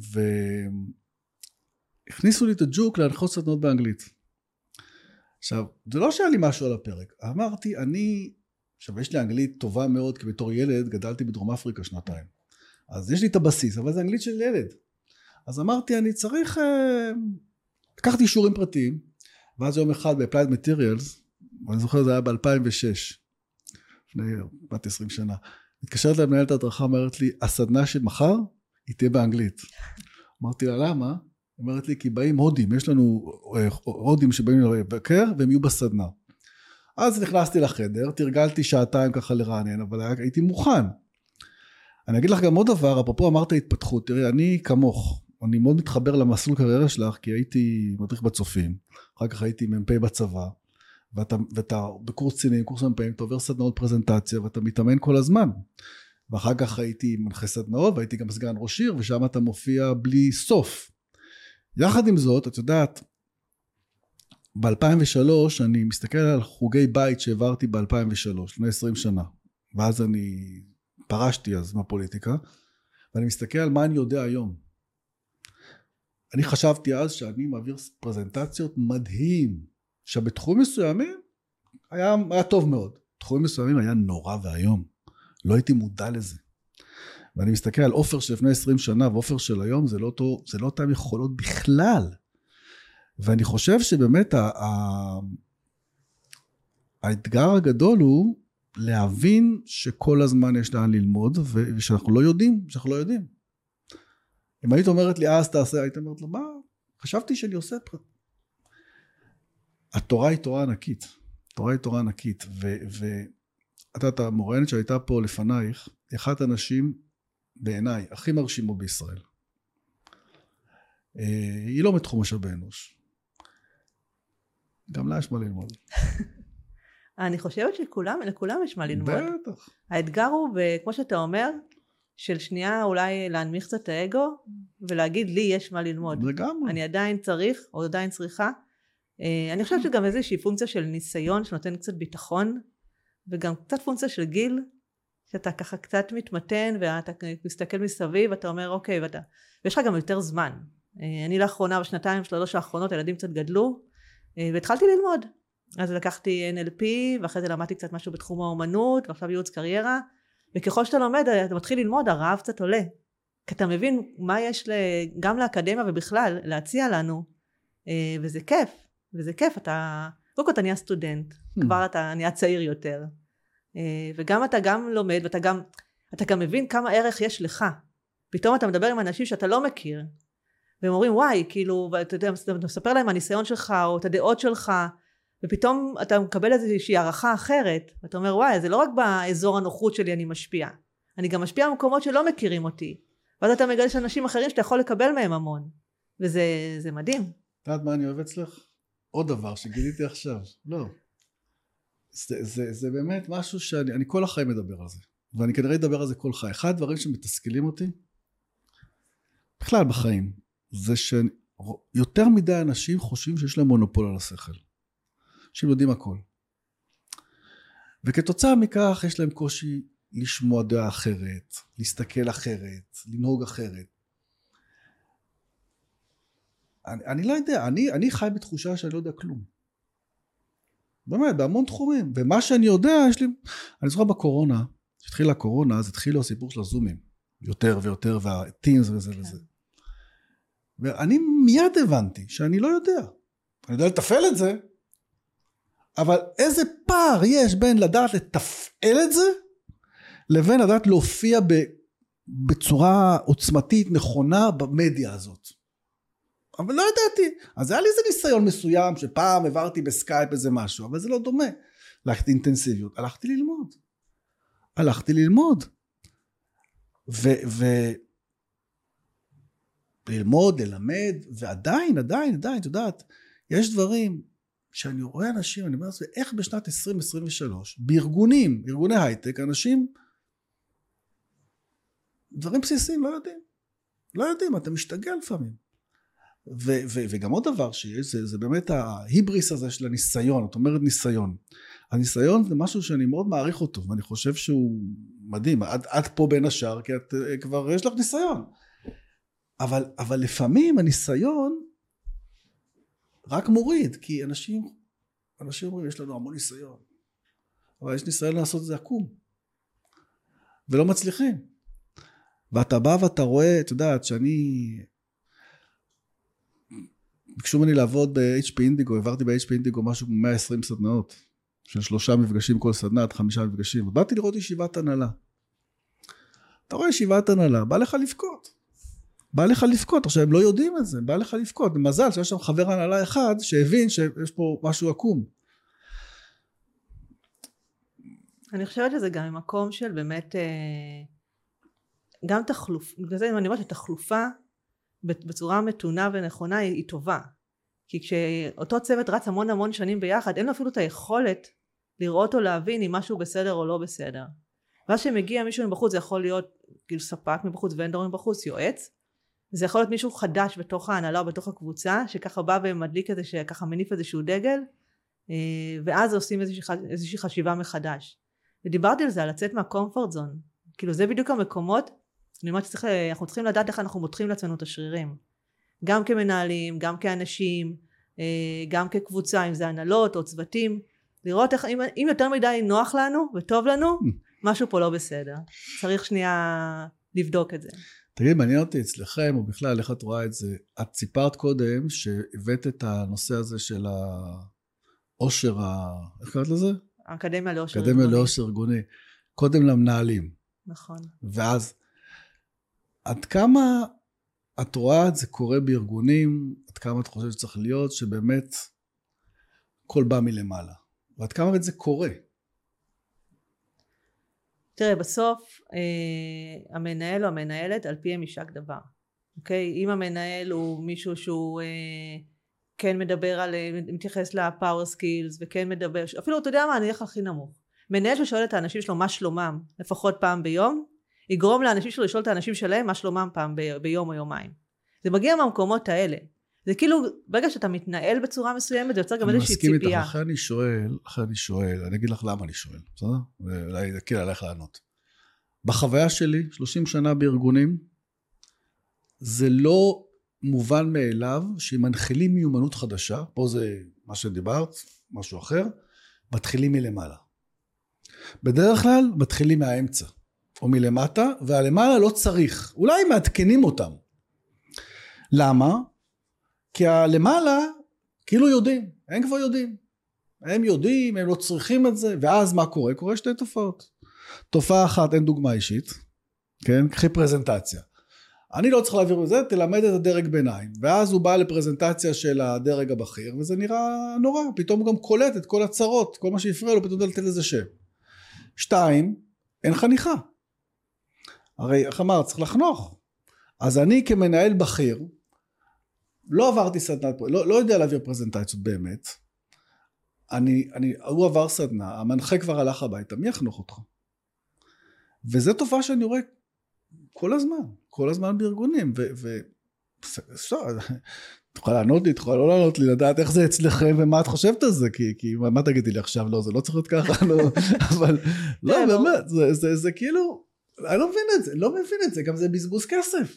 B: והכניסו לי את הג'וק להנחות סדנאות באנגלית. עכשיו, זה לא שהיה לי משהו על הפרק, אמרתי, עכשיו יש לי אנגלית טובה מאוד, כי בתור ילד גדלתי בדרום אפריקה 2 שנתיים. אז יש לי את הבסיס, אבל זה אנגלית של ילד. אז אמרתי, אני צריך, לקחתי שיעורים פרטיים, ואז יום אחד ב-Applied Materials, ואני זוכר זה היה ב-2006, לפני בת 20 שנה, התקשרת לה מנהלת ההדרכה, אומרת לי, הסדנה של מחר, היא תהיה באנגלית. אמרתי לה, למה? אומרת לי, כי באים הודים, יש לנו הודים שבאים לבקר, והם יהיו בסדנה. אז נכנסתי לחדר, תרגלתי 2 שעות ככה לרענן, אבל הייתי מוכן. אני אגיד לך גם עוד דבר, אפרופו אמרת התפתחות, תראי, אני כמוך, אני מאוד מתחבר למסלול קריירה שלך, כי הייתי מדריך בצופים, אחר כך הייתי מ"פ בצבא, ואתה בקורס קצינים, קורס מ"פים, אתה עובר סדנאות פרזנטציה, ואתה מתאמן כל הזמן. ואחר כך הייתי מנחה סדנאות, והייתי גם סגן ראש עיר, ושם אתה מופיע בלי סוף. יחד עם זאת, את יודעת, ב-2003 אני מסתכל על חוגי בית שהעברתי ב-2003, לפני 20 שנה, ואז אני פרשתי אז מהפוליטיקה, ואני מסתכל על מה אני יודע היום. אני חשבתי אז שאני מעביר פרזנטציות מדהים, שבתחום מסוימים היה טוב מאוד, תחומים מסוימים היה נורא והיום, לא הייתי מודע לזה. ואני מסתכל על אופר של לפני 20 שנה, ואופר של היום זה לא אותם יכולות בכלל. ואני חושב שבאמת האתגר הגדול הוא להבין שכל הזמן יש לאן ללמוד, ושאנחנו לא יודעים. אם היית אומרת לי, אז תעשה, היית אומרת לו, מה? חשבתי שאני עושה פרט. התורה היא תורה ענקית. ואתה יודעת, המוראיינת שהייתה פה לפנייך, אחת הנשים בעיניי הכי מרשימו בישראל. היא לא מתחום משאבי אנוש. גם לה יש מה ללמוד.
A: אני חושבת שלכולם יש מה ללמוד.
B: בטח.
A: האתגר הוא, כמו שאתה אומר, של שנייה אולי להנמיך קצת את האגו, ולהגיד לי יש מה ללמוד.
B: לגמרי.
A: אני עדיין צריך, או עדיין צריכה. אני חושבת שגם איזושהי פונקציה של ניסיון, שנותן קצת ביטחון, וגם קצת פונקציה של גיל, שאתה ככה קצת מתמתן, ואתה מסתכל מסביב, ואתה אומר אוקיי, ויש לך גם יותר זמן. אני לאחרונה, ב2-3 האחרונות, הילדים קצת גדלו, והתחלתי ללמוד. אז לקחתי NLP, ואחרי זה למדתי קצת משהו בתחום האומנות, ועכשיו ייעוץ קריירה, וככל שאתה לומד, אתה מתחיל ללמוד, הרעב קצת עולה. כי אתה מבין מה יש גם לאקדמיה ובכלל להציע לנו, וזה כיף, אתה, קודם כל אתה נהיה סטודנט, כבר אתה נהיה צעיר יותר, וגם אתה גם לומד, ואתה גם מבין כמה ערך יש לך. פתאום אתה מדבר עם אנשים שאתה לא מכיר, והם אומרים וואי, כאילו, ואתה יודע, אתה מספר להם הניסיון שלך, או את הדעות שלך, ופתאום אתה מקבל איזושהי הערכה אחרת, ואתה אומר וואי, זה לא רק באזור הנוחות שלי אני משפיע, אני גם משפיע במקומות שלא מכירים אותי, ואז אתה מגלה שאנשים אחרים שאתה יכול לקבל מהם המון, וזה מדהים.
B: את יודעת מה אני אוהב אצלך? עוד דבר שגיליתי עכשיו, לא. זה באמת משהו שאני כל החיים מדבר על זה, ואני כנראה אדבר על זה כל חיים. אחד הדברים שמתסכלים אותי, בכלל בחיים, זה שיותר מדי אנשים חושבים שיש להם מונופול על השכל. שהם יודעים הכל. וכתוצאה מכך יש להם קושי לשמוע דעה אחרת, להסתכל אחרת, לנהוג אחרת. אני לא יודע, אני חי בתחושה שאני לא יודע כלום. באמת, בהמון תחומים. ומה שאני יודע, אני זוכר בקורונה, כשהתחילה הקורונה, אז התחילו הסיפור של הזומים. יותר ויותר, והטינס וזה וזה. ואני מיד הבנתי שאני לא יודע. אני יודע לתפעל את זה, אבל איזה פער יש בין לדעת לתפעל את זה, לבין לדעת להופיע בצורה עוצמתית נכונה במדיה הזאת. אבל לא ידעתי. אז היה לי איזה ניסיון מסוים, שפעם עברתי בסקייפ איזה משהו, אבל זה לא דומה. הלכתי אינטנסיביות, הלכתי ללמוד. ללמוד, ללמד, ועדיין, את יודעת, יש דברים שאני רואה אנשים, אני אומר, איך בשנת 2023, ארגוני הייטק, אנשים, דברים בסיסיים לא יודעים, אתה משתגע לפעמים. וגם עוד דבר שיש, זה באמת ההיבריס הזה של הניסיון, את אומרת ניסיון. הניסיון זה משהו שאני מאוד מעריך אותו, ואני חושב שהוא מדהים, עד פה בין השאר, כי את כבר יש לך ניסיון. אבל לפעמים הניסיון רק מוריד, כי אנשים אומרים, יש לנו המון ניסיון, אבל יש ניסיון לעשות את זה עקום, ולא מצליחים. ואתה בא ואתה רואה, את יודעת, ביקשו ממני לעבוד ב-HP אינדיגו, העברתי ב-HP אינדיגו משהו כמו 120 סדנאות, של 3 מפגשים כל סדנה, עד 5 מפגשים, ובאתי לראות ישיבת הנהלה. אתה רואה ישיבת הנהלה, בא לך לבכות, עכשיו הם לא יודעים את זה, בא לך לבכות, במזל שיש שם חבר הנהלה אחד, שהבין שיש פה משהו עקום.
A: אני חושבת שזה גם ממקום של באמת, גם בגלל זה אני אומרת שתחלופה, בצורה מתונה ונכונה היא טובה, כי כשאותו צוות רץ המון שנים ביחד, אין לו אפילו את היכולת לראות או להבין אם משהו בסדר או לא בסדר. ואז שמגיע מישהו מבחוץ, זה יכול להיות כאילו ספק מבחוץ, ונדור מבחוץ, יועץ, וזה יכול להיות מישהו חדש בתוך ההנהלה או בתוך הקבוצה, שככה בא ומדליק את זה, שככה מניף איזשהו דגל, ואז עושים איזושהי חשיבה מחדש. ודיברתי על זה, על לצאת מהקומפורט זון, כאילו זה בדיוק המקומות, אני אומרת שאנחנו צריכים לדעת איך אנחנו מותחים לעצמנו את השרירים, גם כמנהלים, גם כאנשים, גם כקבוצה, אם זה הנהלות או צוותים, לראות איך, אם יותר מדי נוח לנו וטוב לנו, משהו פה לא בסדר. צריך שנייה לבדוק את זה.
B: תגיד, מעניין אותי אצלכם, או בכלל, איך את רואה את זה? את סיפרת קודם שהבאת את הנושא הזה של העושר, איך קראת לזה?
A: האקדמיה לעושר
B: ארגוני. אקדמיה לעושר ארגוני. קודם למנהלים.
A: נכון.
B: ואז, עד כמה את רואה את זה קורה בארגונים, עד כמה את חושבת שצריך להיות, שבאמת כל בא מלמעלה. ועד כמה את זה קורה?
A: תראה, בסוף המנהל או המנהלת על פיהם יישק דבר. אוקיי? אם המנהל הוא מישהו שהוא כן מדבר על, מתייחס לפאוור סקילס וכן מדבר, אפילו אתה יודע מה, אני אלך הכי נמוך. מנהל ששואל את האנשים שלו מה שלומם, לפחות פעם ביום, יגרום לאנשים שלו לשאול את האנשים שלהם מה שלומם פעם ביום או יומיים. זה מגיע מהמקומות האלה. זה כאילו, ברגע שאתה מתנהל בצורה מסוימת, זה יוצר גם איזושהי ציפייה. אני מסכים איתך, אחרי אני שואל, אני אגיד לך למה אני שואל, בסדר? ואולי נקל עליך לענות. בחוויה שלי, 30 שנה בארגונים, זה לא מובן מאליו, שמנחילים מיומנות חדשה, פה זה מה שדיברת, משהו אחר, מתחילים מלמעלה. בדרך כלל, מתחילים מהאמצע, או מלמטה, והלמעלה לא צריך, אולי מעדכנים אותם. למה? כי הלמעלה כאילו יודעים, הם כבר יודעים.
B: הם יודעים, הם לא צריכים את זה, ואז מה קורה? קורה שתי תופעות. תופעה אחת, אין דוגמה אישית, כן? קחי פרזנטציה. אני לא צריך להעביר בזה, תלמד את הדרג ביניים, ואז הוא בא לפרזנטציה של הדרג הבכיר, וזה נראה נורא, פתאום הוא גם קולט את כל הצרות, כל מה שהפריע לו, פתאום לתת לזה שם. 2, אין חניכה. הרי איך אמר, צריך לחנוך. אז אני כמנהל בכיר, לא עברתי סדנת, לא יודע להעביר פרזנטציות באמת, הוא עבר סדנה, המנחה כבר הלך הביתה, מי יחנוך אותך? וזו תופעה שאני רואה כל הזמן בארגונים, תוכל לענות לי, תוכל לא לענות לי, לדעת איך זה אצלכם ומה את חושבת על זה, כי מה תגידי לי עכשיו, לא, זה לא צריך להיות ככה, אבל לא, באמת, זה כאילו, אני לא מבין את זה, גם זה בזבוז כסף.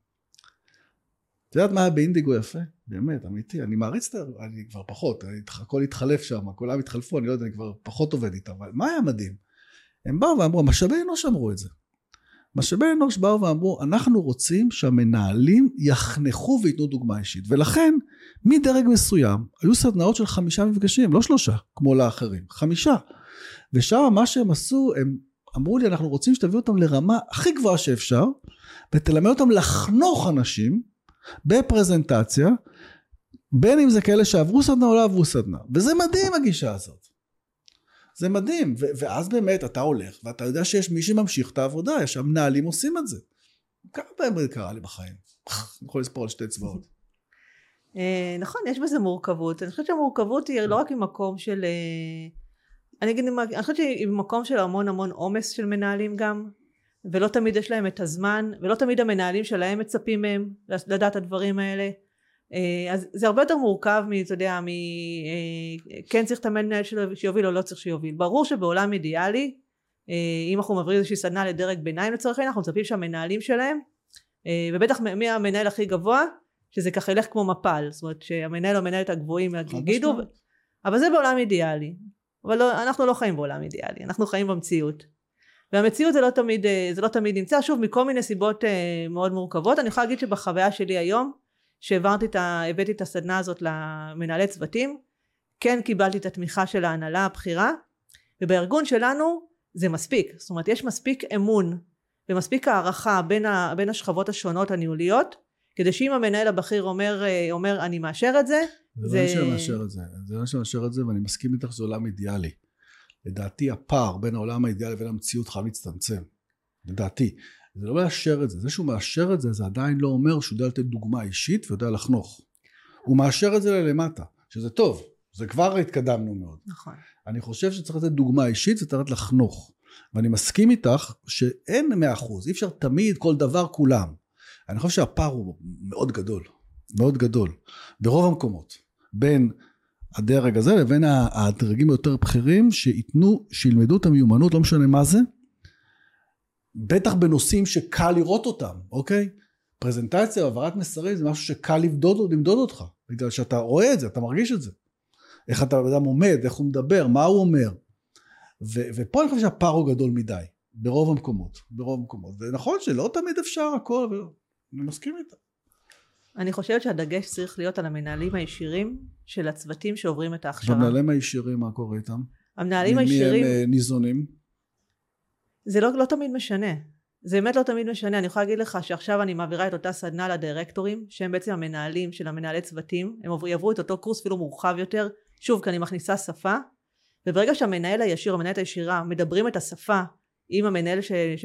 B: את יודעת מה היה באינדיגו יפה? באמת, אמיתי, אני מעריץ, אני כבר פחות, הכל התחלף שם, כולם התחלפו, אני לא יודע, אני כבר פחות עובד איתם, אבל מה היה מדהים? הם באו ואמרו, משאבי אנוש אמרו את זה. משאבי אנוש באו ואמרו, אנחנו רוצים שהמנהלים יחנכו ויתנו דוגמה אישית, ולכן, מדרג מסוים, היו סדנאות של 5 מפגשים, לא 3, כמו לאחרים, 5. ושם מה שהם עשו, הם אמרו לי, אנחנו רוצים שתביאו אותם לרמה הכי גבוהה שאפשר, ותלמד אותם לחנוך אנשים, בפרזנטציה, בין אם זה כאלה שעברו סדנה או לא עברו סדנה, וזה מדהים הגישה הזאת. זה מדהים, ואז באמת אתה הולך, ואתה יודע שיש מי שממשיך את העבודה, יש שם מנהלים עושים את זה. כמה פעמים זה קרה לי בחיים? אני יכול לספור על 2 אצבעות.
A: נכון, יש בזה מורכבות. אני חושבת שהמורכבות היא לא רק ממקום של, אני חושבת שהיא ממקום של המון עומס של מנהלים גם, ולא תמיד יש להם את הזמן, ולא תמיד המנהלים שלהם מצפים מהם לדעת הדברים האלה. אז זה הרבה יותר מורכב אתה יודע, כן צריך את המנהל שיוביל או לא צריך שיוביל. ברור שבעולם אידיאלי, אם אנחנו מעבירים איזושהי סדנה לדרג ביניים לצורך העניין, אנחנו מצפים שהמנהלים שלהם, ובטח מי המנהל הכי גבוה, שזה ככה ילך כמו מפל, זאת אומרת שהמנהל או המנהלת הגבוהים יגידו, אבל זה בעולם אידיאלי. אבל לא, אנחנו לא חיים בעולם אידיאלי, אנחנו חיים במציאות. והמציאות זה לא תמיד נמצא, שוב, מכל מיני סיבות מאוד מורכבות. אני יכולה להגיד שבחוויה שלי היום, שהבאתי את הסדנה הזאת למנהלי צוותים, כן קיבלתי את התמיכה של ההנהלה הבכירה, ובארגון שלנו זה מספיק. זאת אומרת, יש מספיק אמון, ומספיק הערכה בין השכבות השונות הניהוליות, כדי שאם המנהל הבכיר אומר אני מאשר את זה,
B: זה לא שמאשר את זה, ואני מסכים איתך, זה עולם אידיאלי. לדעתי הפער בין העולם האידיאלי לבין המציאות חייב להצטמצם. לדעתי. זה לא מאשר את זה. זה שהוא מאשר את זה, זה עדיין לא אומר שהוא יודע לתת דוגמה אישית ויודע לחנוך. הוא מאשר את זה ללמטה, שזה טוב. זה כבר התקדמנו מאוד.
A: נכון.
B: אני חושב שצריך לתת דוגמה אישית וצריך לחנוך. ואני מסכים איתך שאין 100%. אי אפשר תמיד כל דבר כולם. אני חושב שהפער הוא מאוד גדול. מאוד גדול. ברוב המקומות. בין הדרג הזה לבין הדרגים היותר בכירים שילמדו את המיומנות, לא משנה מה זה, בטח בנושאים שקל לראות אותם, אוקיי? פרזנטציה, העברת מסרים, זה משהו שקל למדוד אותך, בגלל שאתה רואה את זה, אתה מרגיש את זה. איך אתה אדם עומד, איך הוא מדבר, מה הוא אומר. ופה אני חושב שהפער הוא גדול מדי, ברוב המקומות. ונכון שלא תמיד אפשר הכל, ואני מסכים איתה.
A: אני חושבת שהדגש צריך להיות על המנהלים הישירים של הצוותים שעוברים את ההכשרה.
B: המנהלים הישירים, מה קורה איתם?
A: המנהלים הישירים...
B: ממי הם ניזונים?
A: זה לא תמיד משנה. זה באמת לא תמיד משנה. אני יכולה להגיד לך שעכשיו אני מעבירה את אותה סדנה לדירקטורים, שהם בעצם המנהלים של המנהלי צוותים. הם יעברו את אותו קורס אפילו מורחב יותר. שוב, כי אני מכניסה שפה. וברגע שהמנהל הישיר או המנהלת הישירה מדברים את השפה עם המנהל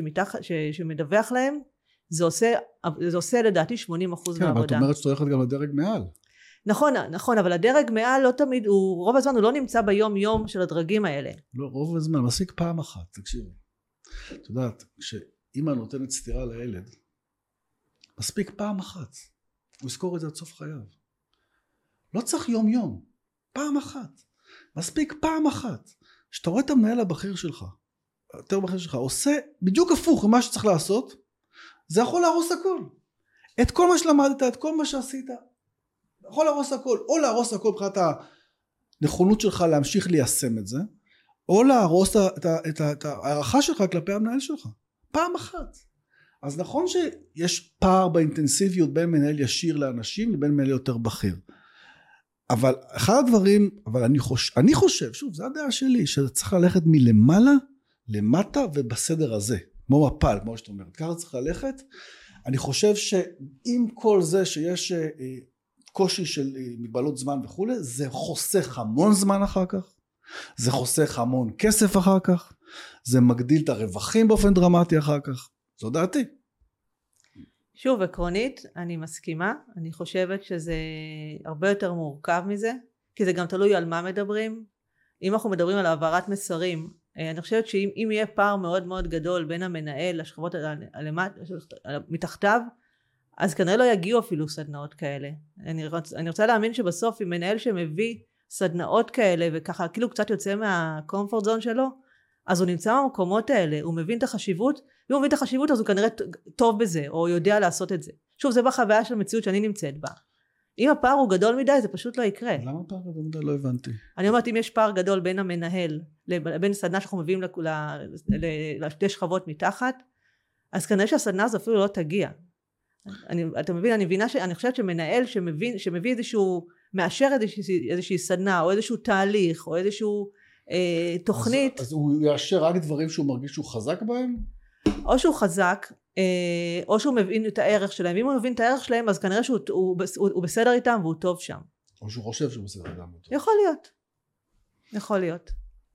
A: שמדווח להם, זה עושה לדעתי 80% מהעבודה.
B: כן, אבל את אומרת שאתה הולכת גם לדרג מעל.
A: נכון, אבל הדרג מעל לא תמיד, רוב הזמן הוא לא נמצא ביום יום של הדרגים האלה.
B: לא, רוב הזמן, מספיק פעם אחת, תקשיבי. את יודעת, כשאמא נותנת סתירה לילד, מספיק פעם אחת, הוא יזכור את זה עד סוף חייו. לא צריך יום יום, פעם אחת. מספיק פעם אחת. שאתה רואה את המנהל הבכיר שלך, יותר בכיר שלך, עושה בדיוק הפוך ממה שצריך לעשות, זה יכול להרוס הכל. את כל מה שלמדת, את כל מה שעשית, יכול להרוס הכל. או להרוס הכל מבחינת הנכונות שלך להמשיך ליישם את זה, או להרוס את הערכה שלך כלפי המנהל שלך. פעם אחת. אז נכון שיש פער באינטנסיביות בין מנהל ישיר לאנשים לבין מנהל יותר בכיר. אבל אחד הדברים, אבל אני חושב, שוב, זו הדעה שלי, שזה צריך ללכת מלמעלה, למטה ובסדר הזה, כמו מפל, כמו שאת אומרת, ככה צריך ללכת. אני חושב שעם כל זה שיש קושי של מגבלות זמן וכו', זה חוסך המון זמן אחר כך, זה חוסך המון כסף אחר כך, זה מגדיל את הרווחים באופן דרמטי אחר כך, זו דעתי.
A: שוב, עקרונית, אני מסכימה, אני חושבת שזה הרבה יותר מורכב מזה, כי זה גם תלוי על מה מדברים. אם אנחנו מדברים על העברת מסרים, אני חושבת שאם יהיה פער מאוד מאוד גדול בין המנהל לשכבות מתחתיו, אז כנראה לא יגיעו אפילו סדנאות כאלה. אני רוצה להאמין שבסוף אם מנהל שמביא סדנאות כאלה וככה כאילו קצת יוצא מהקומפורט זון שלו, אז הוא נמצא במקומות האלה, הוא מבין את החשיבות, אם הוא מבין את החשיבות אז הוא כנראה טוב בזה או יודע לעשות את זה. שוב, זה בחוויה של המציאות שאני נמצאת בה. אם הפער הוא גדול מדי זה פשוט לא יקרה.
B: למה פער גדול מדי? לא הבנתי.
A: אני אומרת, אם יש פער גדול בין המנהל לבין סדנה שאנחנו מביאים לשתי שכבות מתחת, אז כנראה שהסדנה הזו אפילו לא תגיע. אתה מבין, אני חושבת שמנהל שמביא איזשהו, מאשר איזושהי סדנה או איזשהו תהליך או איזשהו תוכנית.
B: אז הוא יאשר רק דברים שהוא מרגיש שהוא חזק בהם?
A: או שהוא חזק, או שהוא מבין את הערך שלהם. אם הוא מבין את הערך שלהם, אז כנראה שהוא בסדר איתם והוא טוב שם.
B: או שהוא חושב שהוא בסדר איתם.
A: יכול להיות. יכול להיות.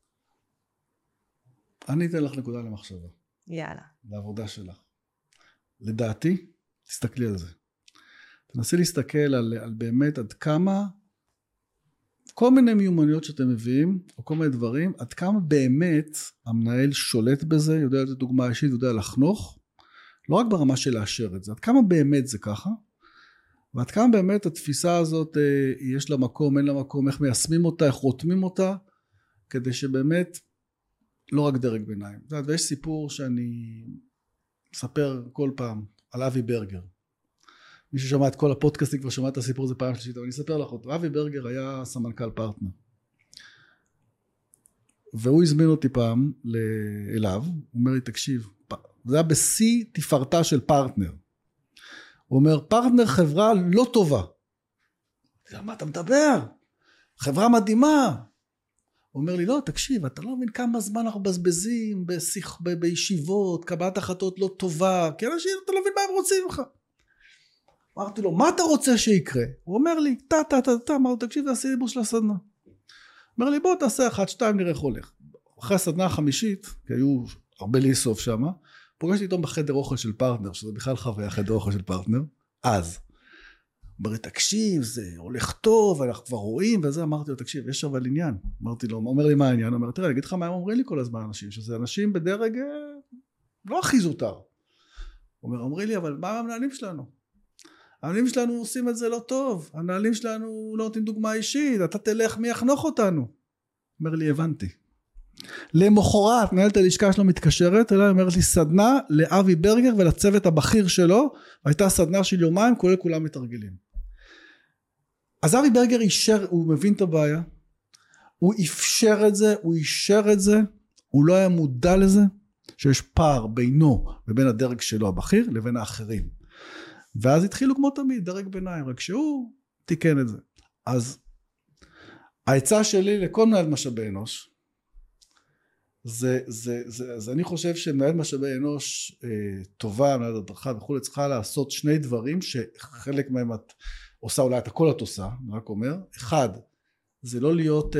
B: אני אתן לך נקודה למחשבה.
A: יאללה.
B: לעבודה שלך. לדעתי, תסתכלי על זה. תנסי להסתכל על באמת עד כמה, כל מיני מיומנויות שאתם מביאים, או כל מיני דברים, עד כמה באמת המנהל שולט בזה, יודע לתת דוגמה אישית, יודע לחנוך, לא רק ברמה של לאשר את זה, עד כמה באמת זה ככה, ועד כמה באמת התפיסה הזאת, יש לה מקום, אין לה מקום, איך מיישמים אותה, איך רותמים אותה, כדי שבאמת, לא רק דרג ביניים. ויש סיפור שאני מספר כל פעם, על אבי ברגר. מי ששמע את כל הפודקאסטים כבר שמע את הסיפור הזה פעם שלישית, אבל אני אספר לך אותו. אבי ברגר היה סמנכ"ל פרטנר. והוא הזמין אותי פעם אליו, הוא אומר לי, תקשיב, זה היה בשיא תפארתה של פרטנר. הוא אומר, פרטנר חברה לא טובה. מה אתה מדבר? חברה מדהימה. הוא אומר לי, לא, תקשיב, אתה לא מבין כמה זמן אנחנו מבזבזים בישיבות, קבלת החלטות לא טובה, כי אנשים, אתה לא מבין מה הם רוצים לך. אמרתי לו, מה אתה רוצה שיקרה? הוא אומר לי, אמרתי, תקשיב, זה הסיבוב של הסדנה. אומר לי, בוא תעשה 1, 2, נראה איך הולך. אחרי הסדנה החמישית, כי היו הרבה לאסוף שם, פוגשתי איתו בחדר אוכל של פרטנר, שזה בכלל חוויה חדר אוכל של פרטנר, אז. אמר לי, תקשיב, זה הולך טוב, אנחנו כבר רואים, וזה, אמרתי לו, תקשיב, יש אבל עניין. אמרתי לו, אומר לי, מה העניין? הוא אומר, תראה, אני אגיד לך מה הם אומרים לי כל הזמן אנשים, שזה אנשים בדרג לא הכי זוטר. הוא אומר לי, אבל מה המנהלים שלנו? המנהלים שלנו עושים את זה לא טוב, המנהלים שלנו לא נותנים דוגמה אישית, אתה תלך, מי יחנוך אותנו? אומר לי, הבנתי. למחרת, מנהלת הלשכה שלו מתקשרת, אלא אומרת לי, סדנה לאבי ברגר ולצוות הבכיר שלו, והייתה סדנה של יומיים, כולל כולם מתרגלים. אז אבי ברגר אישר, הוא מבין את הבעיה, הוא אפשר את זה, הוא אישר את זה, הוא לא היה מודע לזה, שיש פער בינו ובין הדרג שלו הבכיר לבין האחרים. ואז התחילו כמו תמיד, דרג ביניים, רק שהוא תיקן את זה. אז העצה שלי לכל מנהל משאבי אנוש, אז אני חושב שמנהל משאבי אנוש טובה, מנהלת הדרכה וכו', צריכה לעשות שני דברים שחלק מהם את עושה, אולי את הכל את עושה, אני רק אומר. אחד, זה לא להיות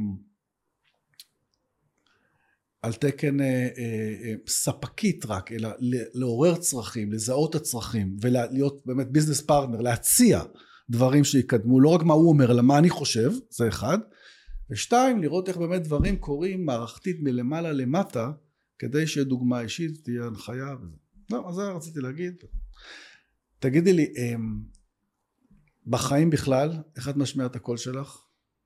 B: על תקן ספקית רק, אלא לעורר צרכים, לזהות הצרכים, ולהיות באמת ביזנס פרטנר, להציע דברים שיקדמו, לא רק מה הוא אומר, אלא מה אני חושב, זה אחד. ושתיים, לראות איך באמת דברים קורים מערכתית מלמעלה למטה, כדי שדוגמה אישית תהיה הנחיה וזה. לא, אז זה רציתי להגיד. תגידי לי, בחיים בכלל, איך את משמיעה את הקול שלך?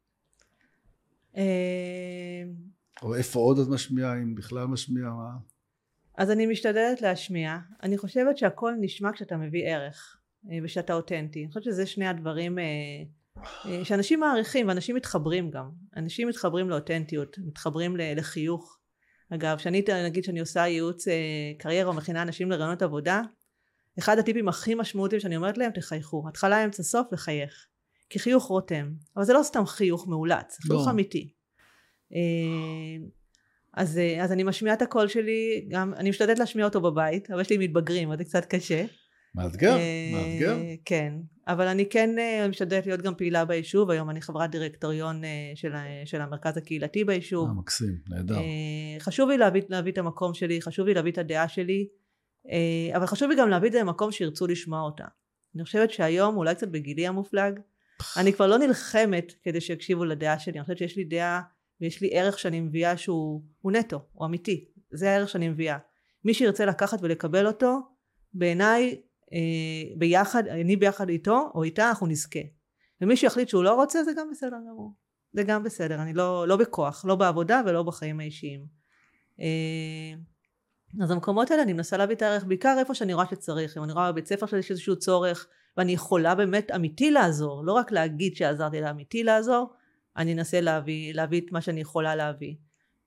B: או איפה עוד את משמיעה, אם בכלל משמיעה, מה?
A: אז אני משתדלת להשמיע. אני חושבת שהכל נשמע כשאתה מביא ערך, ושאתה אותנטי. אני חושבת שזה שני הדברים שאנשים מעריכים, ואנשים מתחברים גם. אנשים מתחברים לאותנטיות, מתחברים לחיוך. אגב, נגיד שאני עושה ייעוץ קריירה ומכינה אנשים לרעיונות עבודה, אחד הטיפים הכי משמעותיים שאני אומרת להם, תחייכו. התחלה, אמצע, סוף, לחייך. כי חיוך רותם, אבל זה לא סתם חיוך מאולץ, זה חיוך אמיתי. אז אני משמיעה את הקול שלי, גם אני משתדלת להשמיע אותו בבית, אבל יש לי מתבגרים, אז זה קצת קשה.
B: מאתגר.
A: כן, אבל אני כן משתדלת להיות גם פעילה ביישוב, היום אני חברת דירקטוריון של המרכז הקהילתי ביישוב.
B: מקסים, נהדר.
A: חשוב לי להביא את המקום שלי, חשוב לי להביא את הדעה שלי, אבל חשוב לי גם להביא את זה למקום שירצו לשמוע אותה. אני חושבת שהיום, אולי קצת בגילי המופלג, אני כבר לא נלחמת כדי שיקשיבו לדעה שלי, אני חושבת שיש לי דעה ויש לי ערך שאני מביאה שהוא נטו, הוא אמיתי, זה הערך שאני מביאה. מי שירצה לקחת ולקבל אותו, בעיניי ביחד, אני ביחד איתו או איתה אנחנו נזכה. ומי שיחליט שהוא לא רוצה, זה גם בסדר גמור. זה גם בסדר, אני לא בכוח, לא בעבודה ולא בחיים האישיים. אז המקומות האלה אני מנסה להביא את הערך בעיקר איפה שאני רואה שצריך. אם אני רואה בבית ספר שיש איזשהו צורך ואני יכולה באמת אמיתי לעזור, לא רק להגיד שעזרתי לה אמיתי לעזור, אני אנסה להביא את מה שאני יכולה להביא.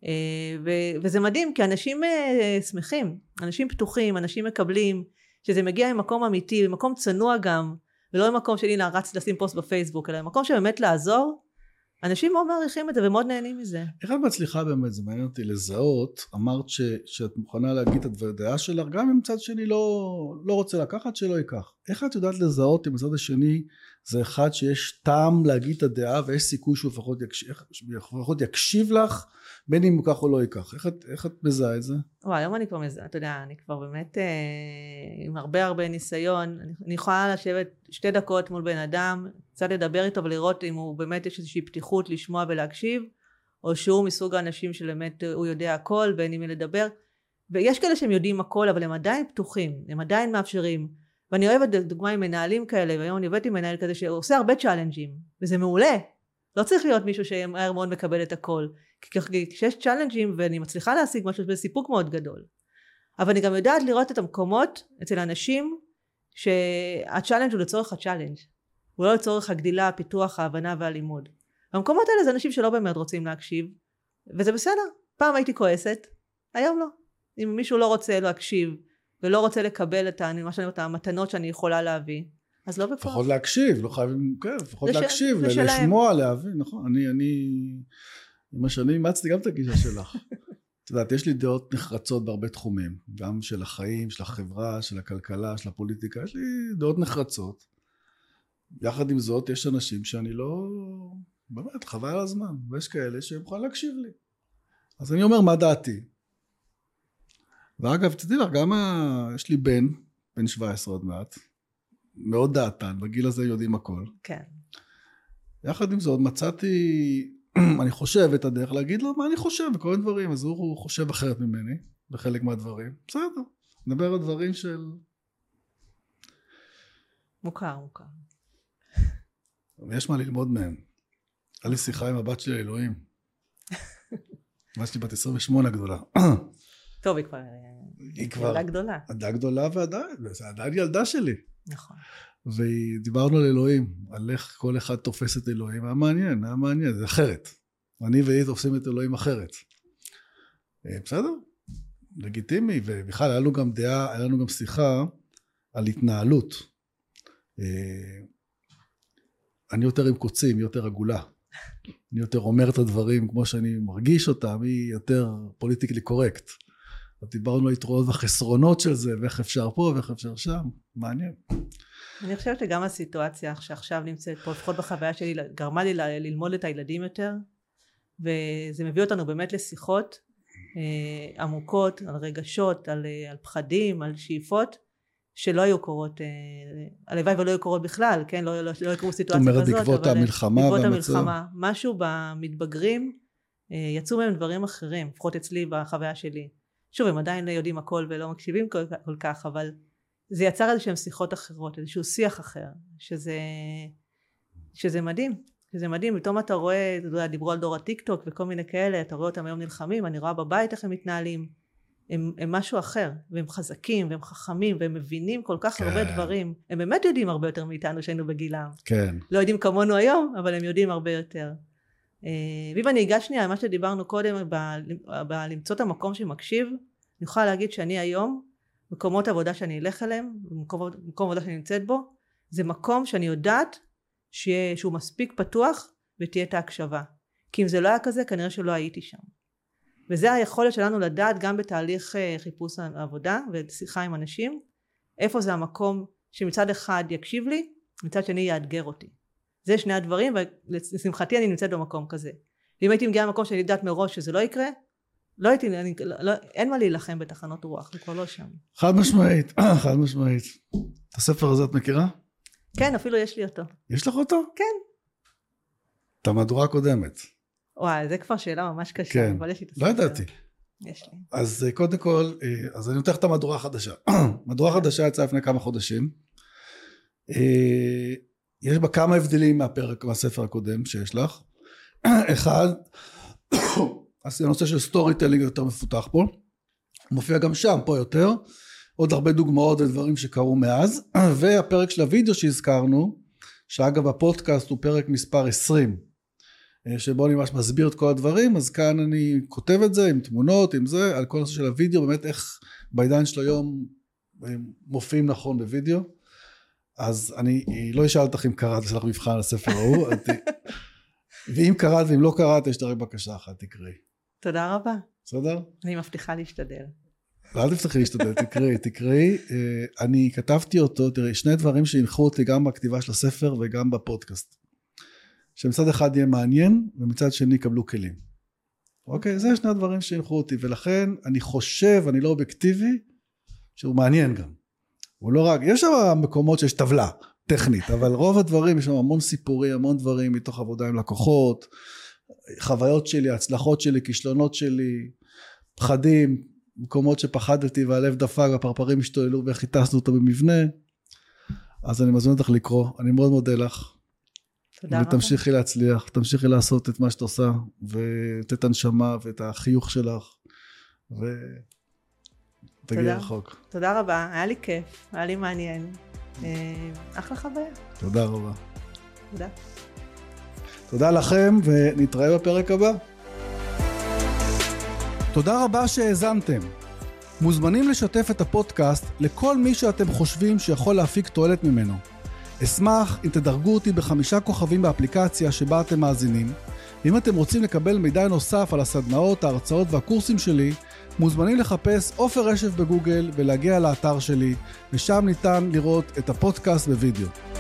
A: וזה מדהים כי אנשים שמחים, אנשים פתוחים, אנשים מקבלים, שזה מגיע ממקום אמיתי, ממקום צנוע גם, ולא ממקום שלי נרץ לשים פוסט בפייסבוק, אלא ממקום שבאמת לעזור, אנשים מאוד מעריכים את זה ומאוד נהנים מזה.
B: איך את מצליחה באמת, זה מעניין אותי לזהות, אמרת שאת מוכנה להגיד את הדעה שלך, גם אם מצד שני לא רוצה לקחת, שלא ייקח. איך את יודעת לזהות אם מצד השני זה אחד שיש טעם להגיד את הדעה, ויש סיכוי שהוא לפחות יקשיב לך, בין אם הוא כך או לא ייקח. איך את מזהה את זה?
A: היום אני כבר מזהה, אתה יודע, אני כבר באמת עם הרבה ניסיון, אני יכולה לשבת 2 דקות מול בן אדם, קצת לדבר איתו ולראות אם הוא באמת יש איזושהי פתיחות לשמוע ולהקשיב, או שהוא מסוג האנשים שבאמת הוא יודע הכל ואין עם מי לדבר, ויש כאלה שהם יודעים הכל אבל הם עדיין פתוחים, הם עדיין מאפשרים, ואני אוהבת דוגמה עם מנהלים כאלה, והיום אני עובדת עם מנהל כזה שעושה הרבה צ'אלנג'ים, וזה מעולה, לא צריך להיות מישהו שמהר מאוד מקבל את הכל, כי כשיש צ'אלנג'ים ואני מצליחה להשיג משהו בסיפוק מאוד גדול, אבל אני גם יודעת לראות את המקומות אצל אנשים שהצ'אלנג' הוא לצורך הצ'אלנג', הוא לא לצורך הגדילה, הפיתוח, ההבנה והלימוד. המקומות האלה זה אנשים שלא באמת רוצים להקשיב, וזה בסדר. פעם הייתי כועסת, היום לא. אם מישהו לא רוצה להקשיב ולא רוצה לקבל את המתנות שאני יכולה להביא, אז לא בכוח.
B: לפחות להקשיב, לא חייבים, כן, לפחות להקשיב, לשמוע, להבין, נכון. אני עם השנים אימצתי גם את הגישה שלך. את יודעת, יש לי דעות נחרצות בהרבה תחומים, גם של החיים, של החברה, של הכלכלה, של הפוליטיקה, יש לי דעות נחרצות. יחד עם זאת, יש אנשים שאני לא, באמת, חבל על הזמן, ויש כאלה שהם יכולים להקשיב לי. אז אני אומר מה דעתי. ואגב, תדעי לך, גם יש לי בן 17 עוד מעט, מאוד דעתן, בגיל הזה יודעים הכל.
A: כן. יחד
B: עם זאת, מצאתי, אני חושב את הדרך להגיד לו מה אני חושב בכל מיני דברים, אז הוא חושב אחרת ממני, בחלק מהדברים. בסדר, נדבר על דברים של...
A: מוכר.
B: יש מה ללמוד מהם. היה לי שיחה עם הבת שלי אלוהים. הבת שלי בת 28 גדולה.
A: טוב, היא כבר ילדה גדולה.
B: ילדה גדולה ועדיין ילדה שלי.
A: נכון.
B: ודיברנו על אלוהים, על איך כל אחד תופס את אלוהים. היה מעניין, זה אחרת. אני והיא תופסים את אלוהים אחרת. בסדר? לגיטימי, ובכלל היה לנו גם דעה, היה לנו גם שיחה על התנהלות. אני יותר עם קוצים, יותר עגולה. אני יותר אומר את הדברים כמו שאני מרגיש אותם, היא יותר פוליטיקלי קורקט. דיברנו על יתרונות וחסרונות של זה, ואיך אפשר פה ואיך אפשר שם, מעניין.
A: אני חושבת שגם הסיטואציה שעכשיו נמצאת פה, לפחות בחוויה שלי, גרמה לי ללמוד את הילדים יותר, וזה מביא אותנו באמת לשיחות עמוקות, על רגשות, על פחדים, על שאיפות, שלא היו קורות, הלוואי ולא היו קורות בכלל, כן? לא יקרו סיטואציה כזאת,
B: בעקבות המלחמה
A: בעקבות המלחמה, משהו במתבגרים, יצאו מהם דברים אחרים, לפחות אצלי בחוויה שלי. שוב, הם עדיין לא יודעים הכל ולא מקשיבים כל כך, אבל זה יצר איזשהם שיחות אחרות, איזשהו שיח אחר, שזה מדהים. שזה מדהים, פתאום אתה רואה, דיברו על דור הטיק טוק וכל מיני כאלה, אתה רואה אותם היום נלחמים, אני רואה בבית איך הם מתנהלים, הם משהו אחר, והם חזקים, והם חכמים, והם מבינים כל כך הרבה דברים, הם באמת יודעים הרבה יותר מאיתנו שהיינו בגילם, לא יודעים כמונו היום, אבל הם יודעים הרבה יותר. ואם אני אגע שנייה, מה שדיברנו קודם, למצוא את המקום שמקשיב, אני יכולה להגיד שאני היום, מקומות עבודה שאני אלך אליהם, מקום עבודה שאני נמצאת בו, זה מקום שאני יודעת, שהוא מספיק פתוח ותהיה את ההקשבה. כי אם זה לא היה כזה, כנראה שלא הייתי שם. וזה היכולת שלנו לדעת גם בתהליך חיפוש העבודה ושיחה עם אנשים, איפה זה המקום שמצד אחד יקשיב לי, מצד שני יאתגר אותי. זה שני הדברים, ולשמחתי אני נמצאת במקום כזה. ואם הייתי מגיעה למקום שאני יודעת מראש שזה לא יקרה, לא הייתי, אין מה להילחם בתחנות רוח, זה כבר לא שם.
B: חד משמעית, חד משמעית. את הספר הזה את מכירה?
A: כן, אפילו יש לי אותו.
B: יש לך אותו?
A: כן.
B: את המהדורה הקודמת.
A: וואי, זה כבר שאלה ממש קשה,
B: כן.
A: אבל יש לי את הספר.
B: לא ידעתי.
A: יש לי.
B: אז קודם כל, אז אני נותן את המהדורה החדשה. מהדורה חדשה יצאה לפני כמה חודשים. יש בה כמה הבדלים מהספר הקודם שיש לך. אחד, אז הנושא של סטורי טלינג יותר מפותח פה. מופיע גם שם, פה יותר. עוד הרבה דוגמאות ודברים שקרו מאז. והפרק של הוידאו שהזכרנו, שאגב הפודקאסט הוא פרק מספר 20, שבו אני ממש מסביר את כל הדברים, אז כאן אני כותב את זה עם תמונות, עם זה, על כל נושא של הוידאו, באמת איך בעידן של היום מופיעים נכון בוידאו. אז אני לא אשאל אותך אם קראת, יש לך מבחן על הספר ההוא, ואם קראת ואם לא קראת, יש רק בקשה אחת, תקראי.
A: תודה רבה.
B: בסדר?
A: אני מבטיחה להשתדל.
B: אל תפתחי להשתדל, תקראי. אני כתבתי אותו, תראי, שני דברים שהנחו אותי גם בכתיבה של הספר וגם בפודקאסט. שמצד אחד יהיה מעניין, ומצד שני יקבלו כלים. אוקיי? זה שני הדברים שהנחו אותי, ולכן אני חושב, אני לא אובייקטיבי, שהוא מעניין גם. הוא לא רק, יש שם מקומות שיש טבלה טכנית, אבל רוב הדברים, יש שם המון סיפורים, המון דברים מתוך עבודה עם לקוחות, חוויות שלי, הצלחות שלי, כישלונות שלי, פחדים, מקומות שפחדתי והלב דפק, הפרפרים השתוללו ואיך חיטסנו אותו במבנה. אז אני מזמין אותך לקרוא, אני מאוד מודה לך.
A: תודה רבה.
B: ותמשיכי להצליח, תמשיכי לעשות את מה שאת עושה, ותת הנשמה ואת החיוך שלך, ותגיע רחוק.
A: תודה רבה, היה לי כיף, היה לי מעניין. אחלה חוויה.
B: תודה רבה.
A: תודה.
B: תודה לכם, ונתראה בפרק הבא. תודה רבה שהאזנתם. מוזמנים לשתף את הפודקאסט לכל מי שאתם חושבים שיכול להפיק תועלת ממנו. אשמח אם תדרגו אותי ב5 כוכבים באפליקציה שבה אתם מאזינים. אם אתם רוצים לקבל מידע נוסף על הסדנאות, ההרצאות והקורסים שלי, מוזמנים לחפש עופר רשף בגוגל ולהגיע לאתר שלי, ושם ניתן לראות את הפודקאסט בווידאו.